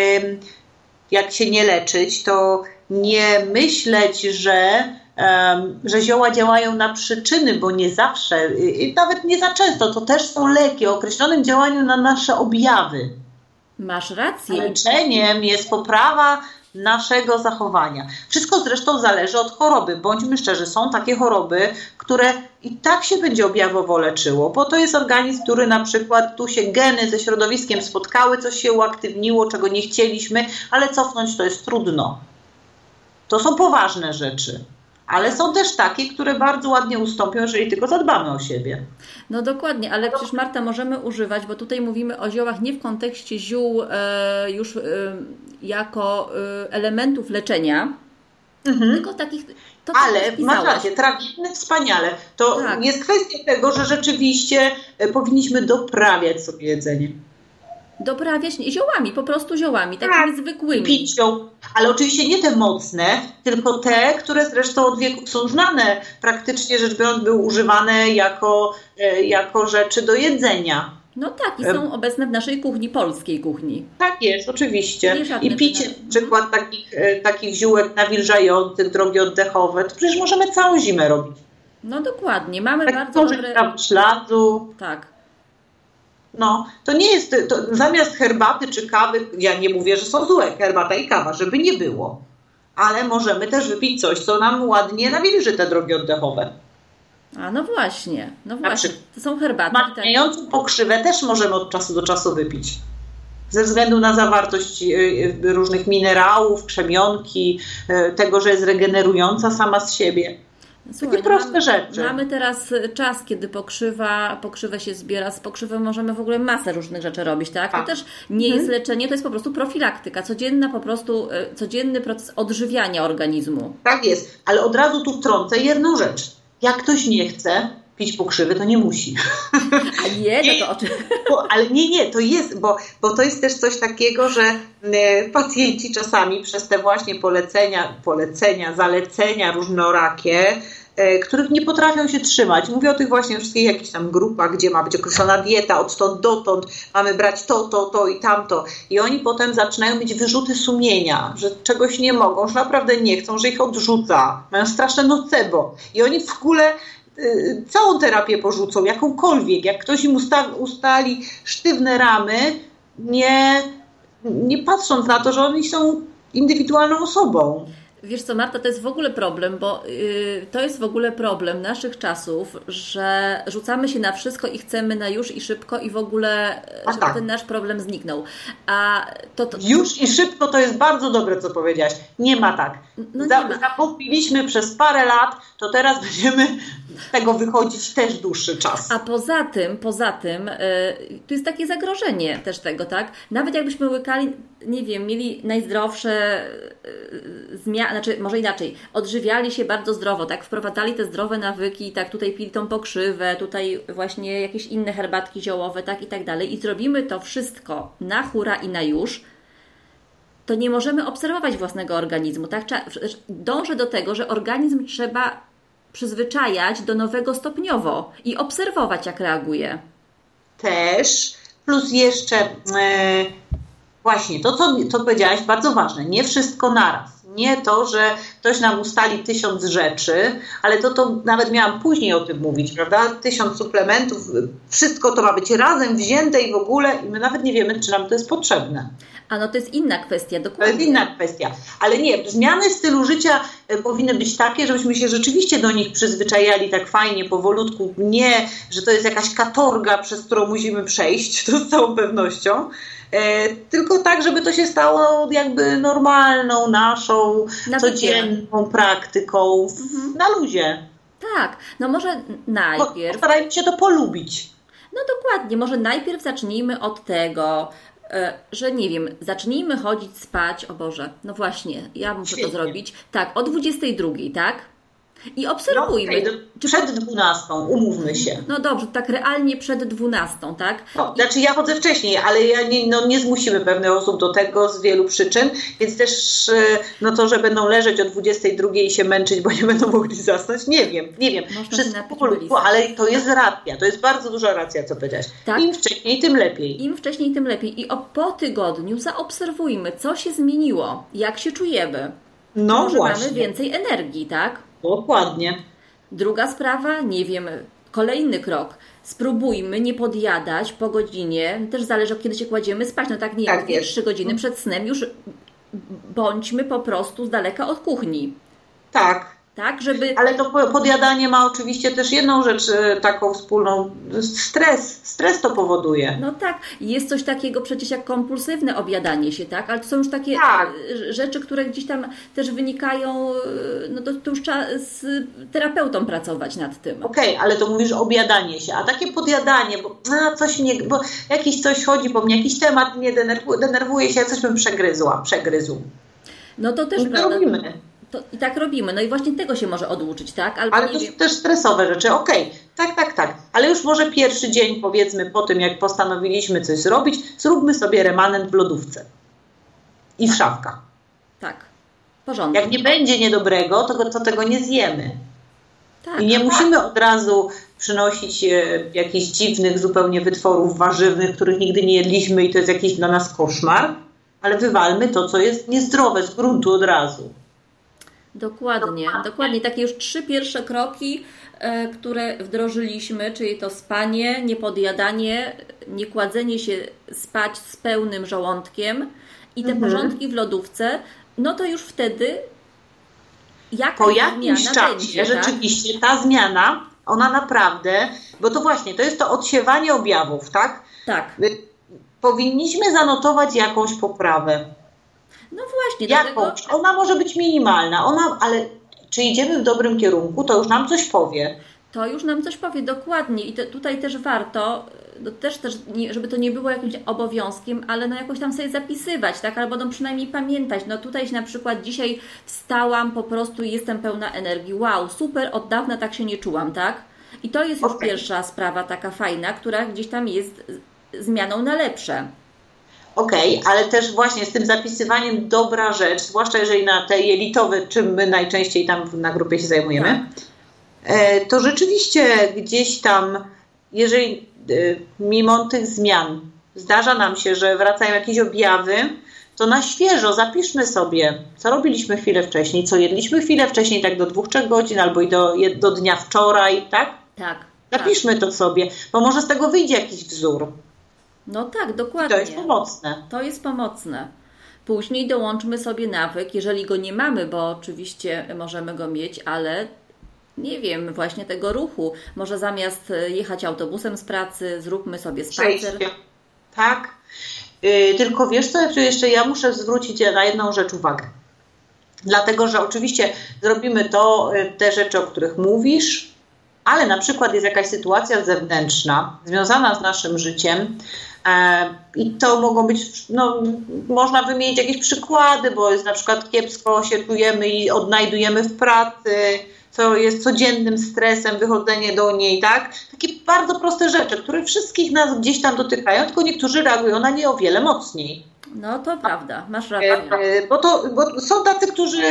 jak się nie leczyć, to nie myśleć, że, um, że zioła działają na przyczyny, bo nie zawsze, i nawet nie za często, to też są leki o określonym działaniu na nasze objawy. Masz rację. Leczeniem jest poprawa naszego zachowania. Wszystko zresztą zależy od choroby. Bądźmy szczerzy, są takie choroby, które i tak się będzie objawowo leczyło, bo to jest organizm, który na przykład tu się geny ze środowiskiem spotkały, coś się uaktywniło, czego nie chcieliśmy, ale cofnąć to jest trudno. To są poważne rzeczy. Ale są też takie, które bardzo ładnie ustąpią, jeżeli tylko zadbamy o siebie. No dokładnie, ale przecież Marta możemy używać, bo tutaj mówimy o ziołach nie w kontekście ziół e, już e, jako e, elementów leczenia, mhm. tylko takich... To, ale masz rację, trawienny wspaniale. To tak. Jest kwestia tego, że rzeczywiście powinniśmy doprawiać sobie jedzenie. Doprawiać ziołami, po prostu ziołami, takimi tak, zwykłymi. Pić ją, ale oczywiście nie te mocne, tylko te, które zresztą od wieków są znane, praktycznie rzecz biorąc były używane jako, jako rzeczy do jedzenia. No tak, i są obecne w naszej kuchni, polskiej kuchni. Tak jest, oczywiście. I picie na przykład takich, takich ziółek nawilżających, drogi oddechowe, to przecież możemy całą zimę robić. No dokładnie, mamy tak bardzo dobre... tam śladu. Tak. No, to nie jest, to zamiast herbaty czy kawy, ja nie mówię, że są złe herbata i kawa, żeby nie było. ale możemy też wypić coś, co nam ładnie nawilży te drogi oddechowe. A no właśnie, no właśnie, to są herbaty. Mającą pokrzywę też możemy od czasu do czasu wypić. Ze względu na zawartość różnych minerałów, krzemionki, tego, że jest regenerująca sama z siebie. Słuchaj, takie proste mamy, rzeczy. Mamy teraz czas, kiedy pokrzywa, pokrzywę się zbiera. Z pokrzywy możemy w ogóle masę różnych rzeczy robić, tak? To też nie mhm. jest leczenie, to jest po prostu profilaktyka. Codzienna po prostu, codzienny proces odżywiania organizmu. Tak jest, ale od razu tu wtrącę jedną rzecz. Jak ktoś nie chce pić pokrzywy, to nie musi. A nie, no to oczywiście. Ale nie, nie, to jest, bo, bo to jest też coś takiego, że pacjenci czasami przez te właśnie polecenia, polecenia, zalecenia różnorakie, których nie potrafią się trzymać. Mówię o tych właśnie wszystkich jakichś tam grupach, gdzie ma być określona dieta, odtąd dotąd, mamy brać to, to, to i tamto. I oni potem zaczynają mieć wyrzuty sumienia, że czegoś nie mogą, że naprawdę nie chcą, że ich odrzuca. Mają straszne nocebo. I oni w ogóle y, całą terapię porzucą, jakąkolwiek. Jak ktoś im usta- ustali sztywne ramy, nie, nie patrząc na to, że oni są indywidualną osobą. Wiesz co, Marta, to jest w ogóle problem, bo yy, to jest w ogóle problem naszych czasów, że rzucamy się na wszystko i chcemy na już i szybko i w ogóle, A żeby tak. ten nasz problem zniknął. A to, to... Już i szybko to jest bardzo dobre, co powiedziałaś. Nie ma tak. No Za, nie ma. Zapopiliśmy przez parę lat, to teraz będziemy z tego wychodzić też dłuższy czas. A poza tym, poza tym, yy, tu jest takie zagrożenie też tego, tak? Nawet jakbyśmy łykali, nie wiem, mieli najzdrowsze yy, zmiany, znaczy może inaczej, odżywiali się bardzo zdrowo, tak? Wprowadzali te zdrowe nawyki, tak? Tutaj pili tą pokrzywę, tutaj właśnie jakieś inne herbatki ziołowe, tak? I tak dalej. I zrobimy to wszystko na hura i na już, to nie możemy obserwować własnego organizmu, tak? Dążę do tego, że organizm trzeba przyzwyczajać do nowego stopniowo i obserwować, jak reaguje. Też, plus jeszcze e, właśnie to, co, co powiedziałaś, bardzo ważne, nie wszystko naraz. Nie to, że ktoś nam ustali tysiąc rzeczy, ale to, to nawet miałam później o tym mówić, prawda? Tysiąc suplementów, wszystko to ma być razem wzięte i w ogóle i my nawet nie wiemy, czy nam to jest potrzebne. A no to jest inna kwestia, dokładnie. To jest inna kwestia. Ale nie, zmiany stylu życia powinny być takie, żebyśmy się rzeczywiście do nich przyzwyczajali tak fajnie, powolutku. Nie, że to jest jakaś katorga, przez którą musimy przejść, to z całą pewnością. E, tylko tak, żeby to się stało jakby normalną, naszą, na codzienną praktyką w, mhm. na luzie. Tak, no może najpierw... Postarajmy się to polubić. No dokładnie, może najpierw zacznijmy od tego, że nie wiem, zacznijmy chodzić spać, o Boże, no właśnie, ja muszę Świetnie. to zrobić, tak, o dwudziestej drugiej, tak? I obserwujmy. No, okay, przed dwunastą, umówmy się. No dobrze, tak realnie przed dwunastą, tak? No, znaczy ja chodzę wcześniej, ale ja nie, no, nie zmusimy pewnych osób do tego z wielu przyczyn, więc też no to, że będą leżeć o dwudziestej drugiej i się męczyć, bo nie będą mogli zasnąć, nie wiem, nie wiem. Wszystko po, ale to jest racja, to jest bardzo duża racja, co powiedziałaś. Tak? Im wcześniej, tym lepiej. Im wcześniej, tym lepiej. I o, po tygodniu zaobserwujmy, co się zmieniło, jak się czujemy. No Może właśnie. mamy więcej energii, tak? Dokładnie. Druga sprawa, nie wiem, kolejny krok. Spróbujmy nie podjadać po godzinie, też zależy od kiedy się kładziemy spać, no tak nie tak wiem, trzy godziny przed snem już bądźmy po prostu z daleka od kuchni. Tak. Tak, żeby... Ale to podjadanie ma oczywiście też jedną rzecz taką wspólną, stres. Stres to powoduje. No tak, jest coś takiego przecież jak kompulsywne objadanie się, tak? Ale to są już takie tak. rzeczy, które gdzieś tam też wynikają, no to, to już trzeba z terapeutą pracować nad tym. Okej, okay, ale to mówisz objadanie się, a takie podjadanie, bo a, coś mnie, bo jakiś coś chodzi po mnie, jakiś temat mnie denerwuje, denerwuje się, ja coś bym przegryzła, przegryzł. No to też I prawda. Robimy. To i tak robimy. No i właśnie tego się może oduczyć, tak? Albo ale to są też stresowe rzeczy. Okej, okay. tak, tak, tak. Ale już może pierwszy dzień, powiedzmy, po tym jak postanowiliśmy coś zrobić, zróbmy sobie remanent w lodówce. I w szafkach. Tak, porządnie. Jak nie będzie niedobrego, to, to tego nie zjemy. Tak, I nie tak. musimy od razu przynosić e, jakichś dziwnych zupełnie wytworów warzywnych, których nigdy nie jedliśmy i to jest jakiś dla nas koszmar, ale wywalmy to, co jest niezdrowe z gruntu od razu. Dokładnie, dokładnie. Takie już trzy pierwsze kroki, e, które wdrożyliśmy, czyli to spanie, niepodjadanie, nie kładzenie się spać z pełnym żołądkiem i te mhm. porządki w lodówce, no to już wtedy jaka po jakimś zmiana czasie będzie, rzeczywiście tak? ta zmiana, ona naprawdę, bo to właśnie, to jest to odsiewanie objawów, tak? Tak. Powinniśmy zanotować jakąś poprawę. No właśnie. Jakąś. Dlatego... Ona może być minimalna, ona, ale czy idziemy w dobrym kierunku, to już nam coś powie. To już nam coś powie, dokładnie. I te, tutaj też warto, no też, też nie, żeby to nie było jakimś obowiązkiem, ale no jakoś tam sobie zapisywać, tak? Albo no przynajmniej pamiętać. No tutaj na przykład dzisiaj wstałam, po prostu jestem pełna energii. Wow, super, od dawna tak się nie czułam, tak? I to jest już okay. pierwsza sprawa taka fajna, która gdzieś tam jest zmianą na lepsze. Okej, okay, ale też właśnie z tym zapisywaniem dobra rzecz, zwłaszcza jeżeli na te jelitowe, czym my najczęściej tam na grupie się zajmujemy, tak. to rzeczywiście gdzieś tam, jeżeli mimo tych zmian zdarza nam się, że wracają jakieś objawy, to na świeżo zapiszmy sobie, co robiliśmy chwilę wcześniej, co jedliśmy chwilę wcześniej, tak do dwóch, trzech godzin, albo i do, do dnia wczoraj, tak? Tak. Zapiszmy tak. to sobie, bo może z tego wyjdzie jakiś wzór. No tak, dokładnie. To jest pomocne. To jest pomocne. Później dołączmy sobie nawyk, jeżeli go nie mamy, bo oczywiście możemy go mieć, ale nie wiem, właśnie tego ruchu. Może zamiast jechać autobusem z pracy, zróbmy sobie spacer. Przejście. Tak. Yy, tylko wiesz co, jeszcze ja muszę zwrócić na jedną rzecz uwagę. Dlatego, że oczywiście zrobimy to, te rzeczy, o których mówisz, ale na przykład jest jakaś sytuacja zewnętrzna związana z naszym życiem e, i to mogą być, no, można wymienić jakieś przykłady, bo jest na przykład kiepsko się czujemy i odnajdujemy w pracy, co jest codziennym stresem, wychodzenie do niej, tak? Takie bardzo proste rzeczy, które wszystkich nas gdzieś tam dotykają, tylko niektórzy reagują na nie o wiele mocniej. No to prawda, masz rację. E, bo, to, bo są tacy, którzy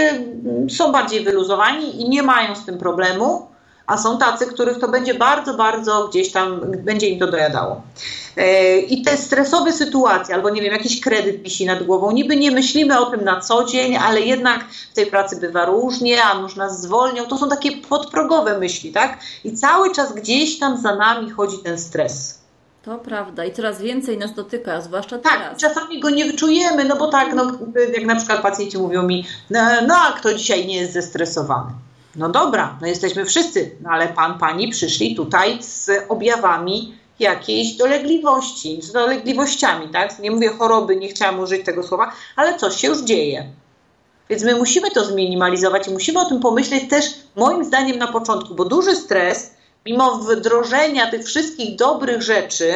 są bardziej wyluzowani i nie mają z tym problemu, a są tacy, których to będzie bardzo, bardzo gdzieś tam, będzie im to dojadało. Yy, I te stresowe sytuacje, albo nie wiem, jakiś kredyt wisi nad głową, niby nie myślimy o tym na co dzień, ale jednak w tej pracy bywa różnie, a nóż nas zwolnią, to są takie podprogowe myśli, tak? I cały czas gdzieś tam za nami chodzi ten stres. To prawda i coraz więcej nas dotyka, zwłaszcza tak, teraz. Tak, czasami go nie wyczujemy, no bo tak, no, jak na przykład pacjenci mówią mi, no, no a kto dzisiaj nie jest zestresowany? No dobra, no jesteśmy wszyscy, no ale pan, pani przyszli tutaj z objawami jakiejś dolegliwości, z dolegliwościami, tak? Nie mówię choroby, nie chciałam użyć tego słowa, ale coś się już dzieje. Więc my musimy to zminimalizować i musimy o tym pomyśleć też moim zdaniem na początku, bo duży stres, mimo wdrożenia tych wszystkich dobrych rzeczy,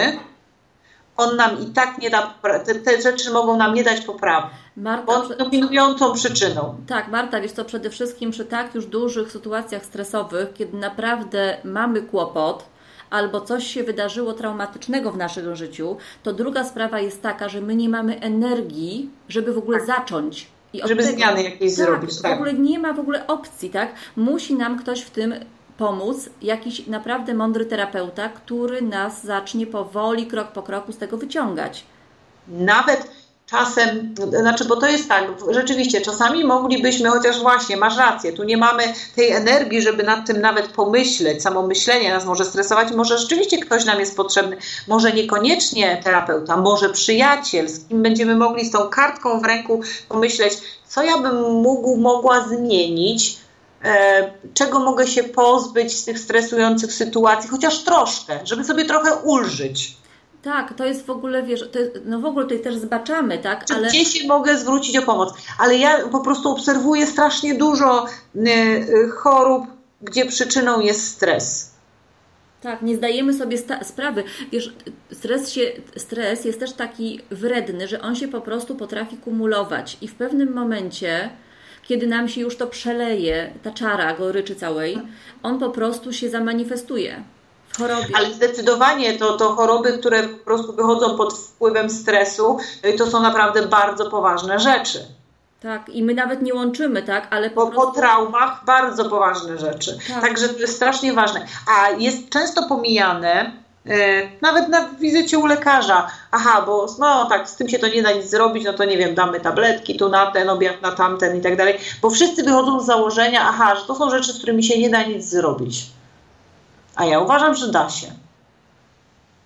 on nam i tak nie da, te, te rzeczy mogą nam nie dać poprawy. Marta, bo on dominującą przyczyną. Tak, Marta, wiesz co, przede wszystkim przy tak już dużych sytuacjach stresowych, kiedy naprawdę mamy kłopot albo coś się wydarzyło traumatycznego w naszym życiu, to druga sprawa jest taka, że my nie mamy energii, żeby w ogóle tak. zacząć. I żeby tego, zmiany jakieś tak, zrobić. Tak, w ogóle nie ma w ogóle opcji, tak? Musi nam ktoś w tym pomóc, jakiś naprawdę mądry terapeuta, który nas zacznie powoli, krok po kroku z tego wyciągać. Nawet czasem, znaczy, bo to jest tak, rzeczywiście, czasami moglibyśmy, chociaż właśnie, masz rację, tu nie mamy tej energii, żeby nad tym nawet pomyśleć, samo myślenie nas może stresować, może rzeczywiście ktoś nam jest potrzebny, może niekoniecznie terapeuta, może przyjaciel, z kim będziemy mogli z tą kartką w ręku pomyśleć, co ja bym mógł, mogła zmienić, e, czego mogę się pozbyć z tych stresujących sytuacji, chociaż troszkę, żeby sobie trochę ulżyć. Tak, to jest w ogóle, wiesz, to jest, no w ogóle tutaj też zbaczamy, tak? Ale... Gdzie się mogę zwrócić o pomoc? Ale ja po prostu obserwuję strasznie dużo y, y, chorób, gdzie przyczyną jest stres. Tak, nie zdajemy sobie sta- sprawy. Wiesz, stres, się, stres jest też taki wredny, że on się po prostu potrafi kumulować i w pewnym momencie, kiedy nam się już to przeleje, ta czara goryczy całej, on po prostu się zamanifestuje. Chorobie. Ale zdecydowanie to, to choroby, które po prostu wychodzą pod wpływem stresu, to są naprawdę bardzo poważne rzeczy. Tak, i my nawet nie łączymy, tak, ale po, po, prostu... po traumach bardzo poważne rzeczy. Tak. Także to jest strasznie ważne. A jest często pomijane, yy, nawet na wizycie u lekarza, aha, bo no tak, z tym się to nie da nic zrobić, no to nie wiem, damy tabletki tu na ten obiad, na tamten i tak dalej, bo wszyscy wychodzą z założenia, aha, że to są rzeczy, z którymi się nie da nic zrobić. A ja uważam, że da się.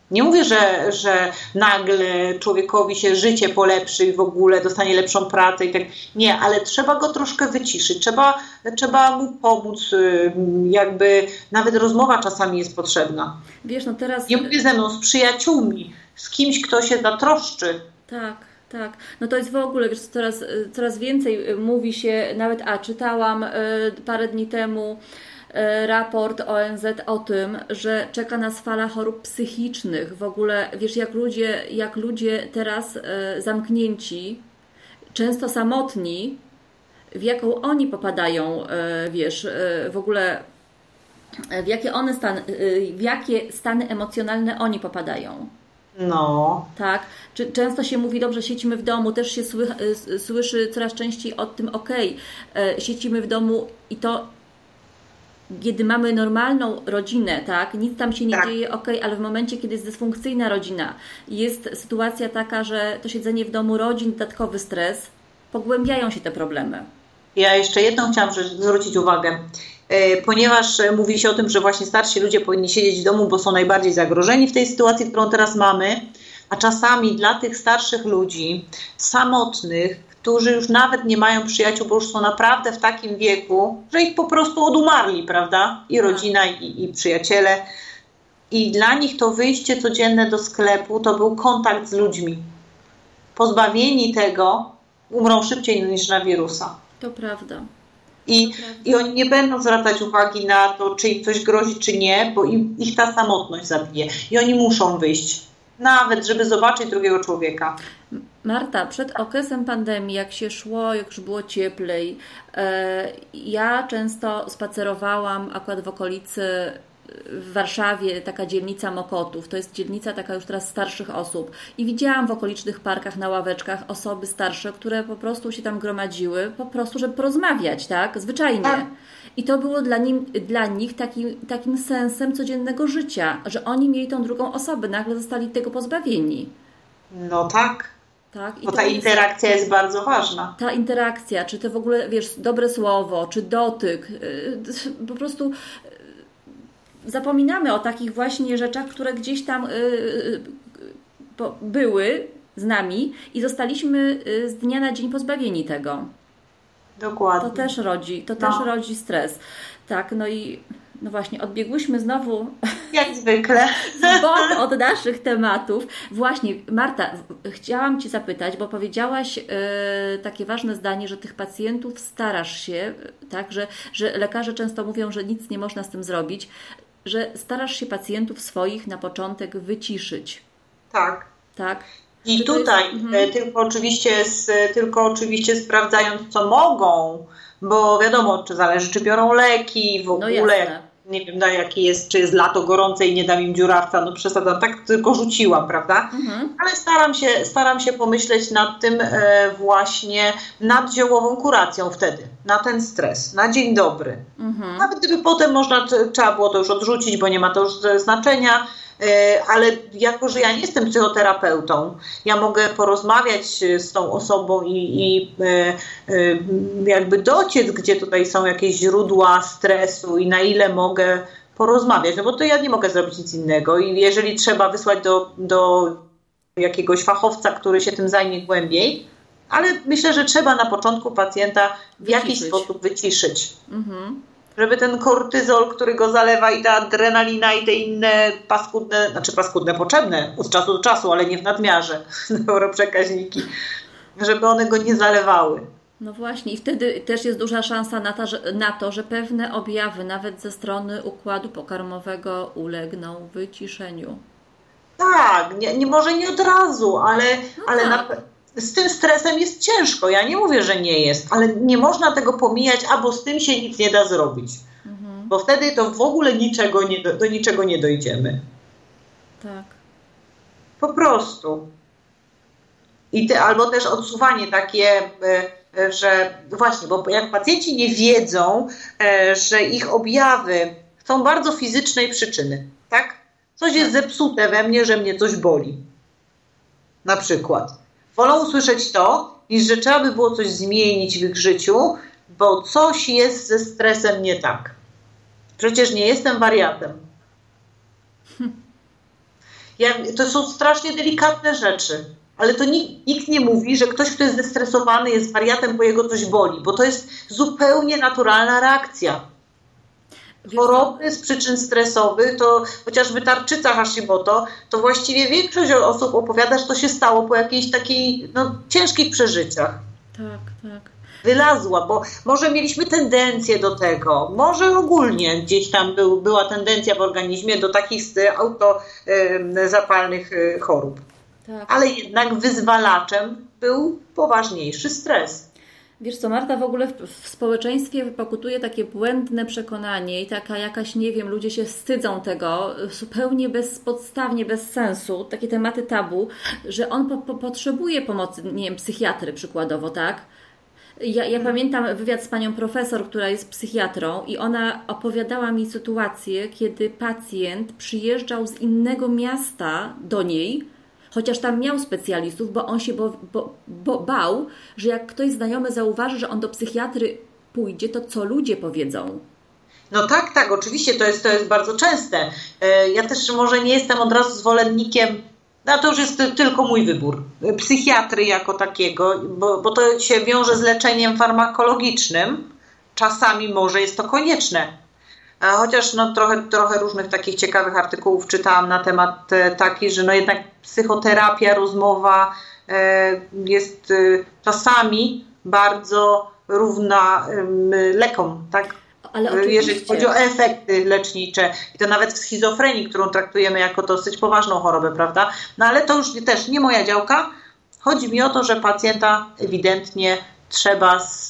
Nie mówię, że, że nagle człowiekowi się życie polepszy i w ogóle dostanie lepszą pracę i tak. Nie, ale trzeba go troszkę wyciszyć, trzeba, trzeba mu pomóc, jakby nawet rozmowa czasami jest potrzebna. Wiesz, no teraz... Nie mówię ze mną, z przyjaciółmi, z kimś, kto się zatroszczy. Tak, tak. No to jest w ogóle, wiesz, coraz, coraz więcej mówi się, nawet, a czytałam parę dni temu raport O N Z o tym, że czeka nas fala chorób psychicznych. W ogóle, wiesz, jak ludzie, jak ludzie teraz zamknięci, często samotni, w jaką oni popadają, wiesz, w ogóle w jakie one stan, w jakie stany emocjonalne oni popadają. No. Tak. Często się mówi, dobrze, siedzimy w domu, też się sły, słyszy coraz częściej o tym, okej, okay, siedzimy w domu i to kiedy mamy normalną rodzinę, tak, nic tam się nie tak. dzieje, okej, okay, ale w momencie, kiedy jest dysfunkcyjna rodzina, jest sytuacja taka, że to siedzenie w domu rodzi dodatkowy stres, pogłębiają się te problemy. Ja jeszcze jedną chciałam zwrócić uwagę, ponieważ mówi się o tym, że właśnie starsi ludzie powinni siedzieć w domu, bo są najbardziej zagrożeni w tej sytuacji, którą teraz mamy, a czasami dla tych starszych ludzi, samotnych, którzy już nawet nie mają przyjaciół, bo już są naprawdę w takim wieku, że ich po prostu odumarli, prawda? I rodzina, i, i przyjaciele. I dla nich to wyjście codzienne do sklepu to był kontakt z ludźmi. Pozbawieni tego umrą szybciej niż na wirusa. To prawda. I, I oni nie będą zwracać uwagi na to, czy im coś grozi, czy nie, bo im, ich ta samotność zabije. I oni muszą wyjść. Nawet, żeby zobaczyć drugiego człowieka. Marta, przed okresem pandemii, jak się szło, jak już było cieplej, ja często spacerowałam akurat w okolicy w Warszawie, taka dzielnica Mokotów. To jest dzielnica taka już teraz starszych osób. I widziałam w okolicznych parkach na ławeczkach osoby starsze, które po prostu się tam gromadziły, po prostu, żeby porozmawiać, tak? Zwyczajnie. Tak. I to było dla, nim, dla nich takim, takim sensem codziennego życia, że oni mieli tą drugą osobę, nagle zostali tego pozbawieni. No tak. Tak, i bo ta jest, interakcja jest bardzo ważna. Ta interakcja, czy to w ogóle, wiesz, dobre słowo, czy dotyk, po prostu zapominamy o takich właśnie rzeczach, które gdzieś tam były z nami i zostaliśmy z dnia na dzień pozbawieni tego. Dokładnie. To też rodzi, to no. też rodzi stres. Tak, no i no właśnie, odbiegłyśmy znowu jak zwykle w bok od naszych tematów. Właśnie, Marta, chciałam Cię zapytać, bo powiedziałaś yy, takie ważne zdanie, że tych pacjentów starasz się, tak, że, że lekarze często mówią, że nic nie można z tym zrobić, że starasz się pacjentów swoich na początek wyciszyć. Tak. Tak. I tutaj jest... mhm. tylko, oczywiście, tylko oczywiście sprawdzając, co mogą, bo wiadomo, czy zależy, czy biorą leki, w ogóle, no jak, nie wiem, no, jaki jest, czy jest lato gorące i nie dam im dziurawca, no przesadzam, tak tylko rzuciłam, prawda? Mhm. Ale staram się, staram się pomyśleć nad tym e, właśnie, nad ziołową kuracją wtedy, na ten stres, na dzień dobry. Mhm. Nawet gdyby potem można, trzeba było to już odrzucić, bo nie ma to już znaczenia, ale jako, że ja nie jestem psychoterapeutą, ja mogę porozmawiać z tą osobą i, i jakby dociec, gdzie tutaj są jakieś źródła stresu i na ile mogę porozmawiać, no bo to ja nie mogę zrobić nic innego i jeżeli trzeba wysłać do, do jakiegoś fachowca, który się tym zajmie głębiej, ale myślę, że trzeba na początku pacjenta w wyciszyć. jakiś sposób wyciszyć. Mhm. Żeby ten kortyzol, który go zalewa i ta adrenalina i te inne paskudne, znaczy paskudne, potrzebne od czasu do czasu, ale nie w nadmiarze, neuroprzekaźniki, żeby one go nie zalewały. No właśnie i wtedy też jest duża szansa na to, że, na to, że pewne objawy nawet ze strony układu pokarmowego ulegną wyciszeniu. Tak, nie, nie może nie od razu, ale, no ale tak. na z tym stresem jest ciężko. Ja nie mówię, że nie jest, ale nie można tego pomijać, albo z tym się nic nie da zrobić. Mhm. Bo wtedy to w ogóle niczego nie, do, do niczego nie dojdziemy. Tak. Po prostu. I te, albo też odsuwanie takie, że właśnie, bo jak pacjenci nie wiedzą, że ich objawy są bardzo fizycznej przyczyny, tak? Coś jest zepsute we mnie, że mnie coś boli. Na przykład. Wolą usłyszeć to, niż że trzeba by było coś zmienić w ich życiu, bo coś jest ze stresem nie tak. Przecież nie jestem wariatem. Ja, to są strasznie delikatne rzeczy. Ale to nikt, nikt nie mówi, że ktoś, kto jest zestresowany, jest wariatem, bo jego coś boli, bo to jest zupełnie naturalna reakcja. Choroby z przyczyn stresowych, to chociażby tarczyca Hashimoto, to właściwie większość osób opowiada, że to się stało po jakichś takich no, ciężkich przeżyciach. Tak, tak. Wylazła, bo może mieliśmy tendencję do tego, może ogólnie gdzieś tam był, była tendencja w organizmie do takich autozapalnych chorób. Tak. Ale jednak wyzwalaczem był poważniejszy stres. Wiesz co, Marta, w ogóle w, w społeczeństwie pokutuje takie błędne przekonanie i taka jakaś, nie wiem, ludzie się wstydzą tego, zupełnie bezpodstawnie, bez sensu, takie tematy tabu, że on po, po, potrzebuje pomocy, nie wiem, psychiatry przykładowo, tak? Ja, ja pamiętam wywiad z panią profesor, która jest psychiatrą i ona opowiadała mi sytuację, kiedy pacjent przyjeżdżał z innego miasta do niej, chociaż tam miał specjalistów, bo on się bo, bo, bo bał, że jak ktoś znajomy zauważy, że on do psychiatry pójdzie, to co ludzie powiedzą? No tak, tak, oczywiście to jest, to jest bardzo częste. Ja też może nie jestem od razu zwolennikiem, no to już jest tylko mój wybór, psychiatry jako takiego, bo, bo to się wiąże z leczeniem farmakologicznym. Czasami może jest to konieczne. Chociaż no, trochę, trochę różnych takich ciekawych artykułów czytałam na temat taki, że no jednak psychoterapia, rozmowa jest czasami bardzo równa lekom, tak? Ale jeżeli chodzi o efekty lecznicze i to nawet w schizofrenii, którą traktujemy jako dosyć poważną chorobę, prawda? No ale to już też nie moja działka. Chodzi mi o to, że pacjenta ewidentnie trzeba z,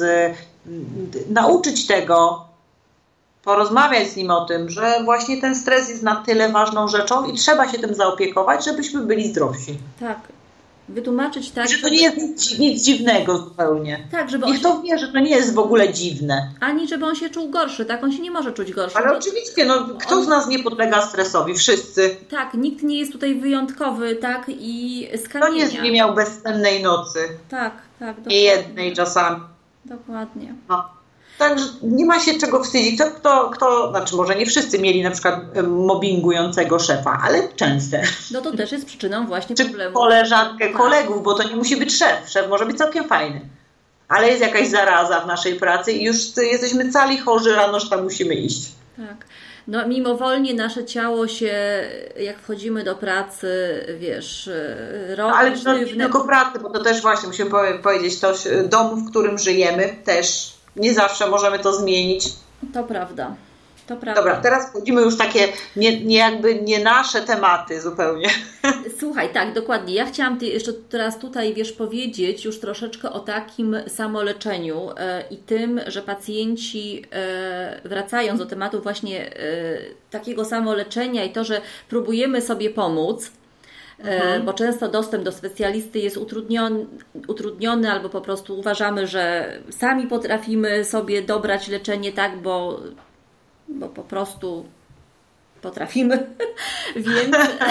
nauczyć tego, porozmawiać z nim o tym, że właśnie ten stres jest na tyle ważną rzeczą i trzeba się tym zaopiekować, żebyśmy byli zdrowsi. Tak. Wytłumaczyć tak. Że to nie jest nic, nic dziwnego zupełnie. Tak, żeby Niech on to wie, że to nie jest w ogóle dziwne. Ani żeby on się czuł gorszy, tak? On się nie może czuć gorszy. Ale oczywiście, no kto on... z nas nie podlega stresowi? Wszyscy. Tak, nikt nie jest tutaj wyjątkowy, tak? I z kto nie, nie miał bezsennej nocy? Tak, tak. Dokładnie. Nie jednej czasami. Dokładnie. No. Także nie ma się czego wstydzić. Kto, kto, kto, znaczy może nie wszyscy mieli na przykład mobbingującego szefa, ale częste. No to też jest przyczyną właśnie Czy problemu. koleżankę, kolegów, bo to nie musi być szef. Szef może być całkiem fajny. Ale jest jakaś zaraza w naszej pracy i już jesteśmy cali chorzy rano, że tam musimy iść. Tak. No mimowolnie nasze ciało się, jak wchodzimy do pracy, wiesz, robi no, ale to sztywne. nie tylko pracy, bo to też właśnie musimy powiedzieć, to dom, w którym żyjemy też nie zawsze możemy to zmienić. To prawda. To prawda. Dobra, teraz wchodzimy już takie nie, nie jakby nie nasze tematy zupełnie. Słuchaj, tak, dokładnie. Ja chciałam ty jeszcze teraz tutaj, wiesz, powiedzieć już troszeczkę o takim samoleczeniu e, i tym, że pacjenci, e, wracając do tematu właśnie e, takiego samoleczenia i to, że próbujemy sobie pomóc, Mhm. bo często dostęp do specjalisty jest utrudniony, utrudniony albo po prostu uważamy, że sami potrafimy sobie dobrać leczenie tak, bo, bo po prostu potrafimy, więc,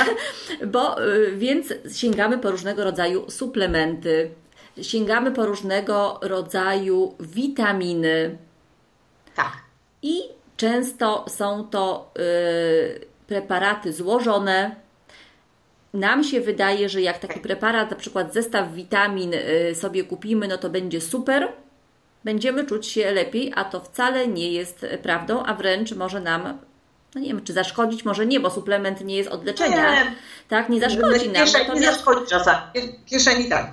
bo, więc sięgamy po różnego rodzaju suplementy, sięgamy po różnego rodzaju witaminy. Tak. I często są to y, preparaty złożone. Nam się wydaje, że jak taki preparat, na przykład zestaw witamin sobie kupimy, no to będzie super, będziemy czuć się lepiej, a to wcale nie jest prawdą, a wręcz może nam, no nie wiem, czy zaszkodzić, może nie, bo suplement nie jest od leczenia, nie. Tak, nie zaszkodzi nam. Kieszeni, natomiast... Nie zaszkodzi czasami, kieszeni tak,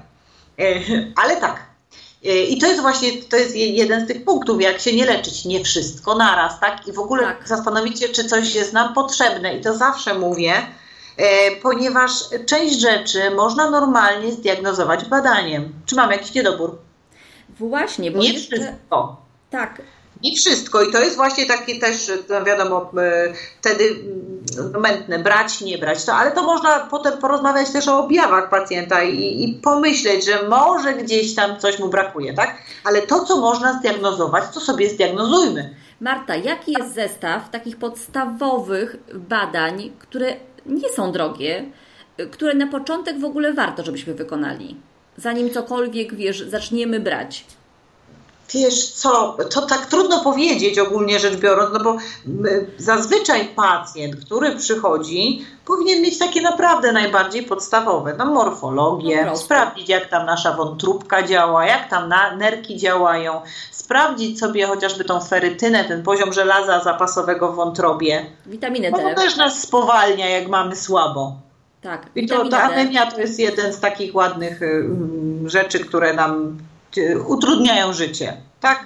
ale tak. I to jest właśnie, to jest jeden z tych punktów, jak się nie leczyć, nie wszystko naraz, tak? I w ogóle tak. Zastanowić się, czy coś jest nam potrzebne i to zawsze mówię, ponieważ część rzeczy można normalnie zdiagnozować badaniem. Czy mam jakiś niedobór? Właśnie, bo nie jeszcze... wszystko. Tak. Nie wszystko i to jest właśnie takie też, no wiadomo, wtedy mętne, brać, nie brać, to, ale to można potem porozmawiać też o objawach pacjenta i, i pomyśleć, że może gdzieś tam coś mu brakuje, tak? Ale to, co można zdiagnozować, to sobie zdiagnozujmy. Marta, jaki jest zestaw takich podstawowych badań, które nie są drogie, które na początek w ogóle warto, żebyśmy wykonali, zanim cokolwiek, wiesz, zaczniemy brać? Wiesz co, to tak trudno powiedzieć ogólnie rzecz biorąc, no bo zazwyczaj pacjent, który przychodzi, powinien mieć takie naprawdę najbardziej podstawowe, no morfologię, no sprawdzić jak tam nasza wątróbka działa, jak tam na, nerki działają, sprawdzić sobie chociażby tą ferytynę, ten poziom żelaza zapasowego w wątrobie. Witaminy D. Bo to też nas spowalnia, jak mamy słabo. Tak. I to, ta anemia to jest jeden z takich ładnych y, rzeczy, które nam y, utrudniają życie. Tak?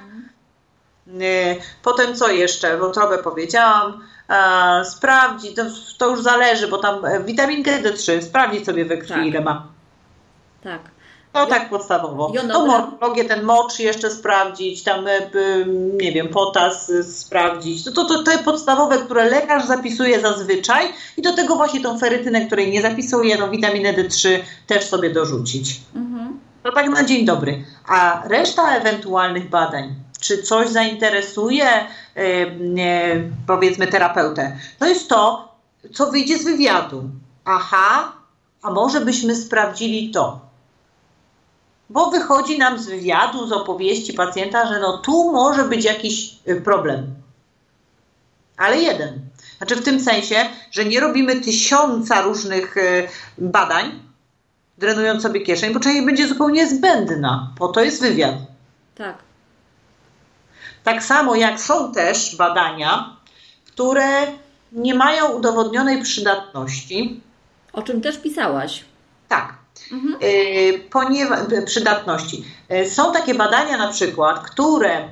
Y, potem co jeszcze? Wątrobę powiedziałam. E, sprawdzić, to, to już zależy, bo tam witaminkę D trzy, sprawdzić sobie we krwi, tak. ile ma. Tak. No tak podstawowo. To morfologię, ten mocz jeszcze sprawdzić, tam nie wiem, potas sprawdzić. To, to, to te podstawowe, które lekarz zapisuje zazwyczaj i do tego właśnie tą ferytynę, której nie zapisuje, tą witaminę D trzy też sobie dorzucić. Mhm. To tak na dzień dobry. A reszta ewentualnych badań, czy coś zainteresuje yy, yy, powiedzmy terapeutę, to jest to, co wyjdzie z wywiadu. Aha, a może byśmy sprawdzili to. Bo wychodzi nam z wywiadu, z opowieści pacjenta, że no tu może być jakiś problem. Ale jeden. Znaczy w tym sensie, że nie robimy tysiąca różnych badań, drenując sobie kieszeń, bo czasami będzie zupełnie zbędna. Po to jest wywiad. Tak. Tak samo jak są też badania, które nie mają udowodnionej przydatności. O czym też pisałaś. Tak. Mhm. Ponieważ, przydatności. Są takie badania na przykład, które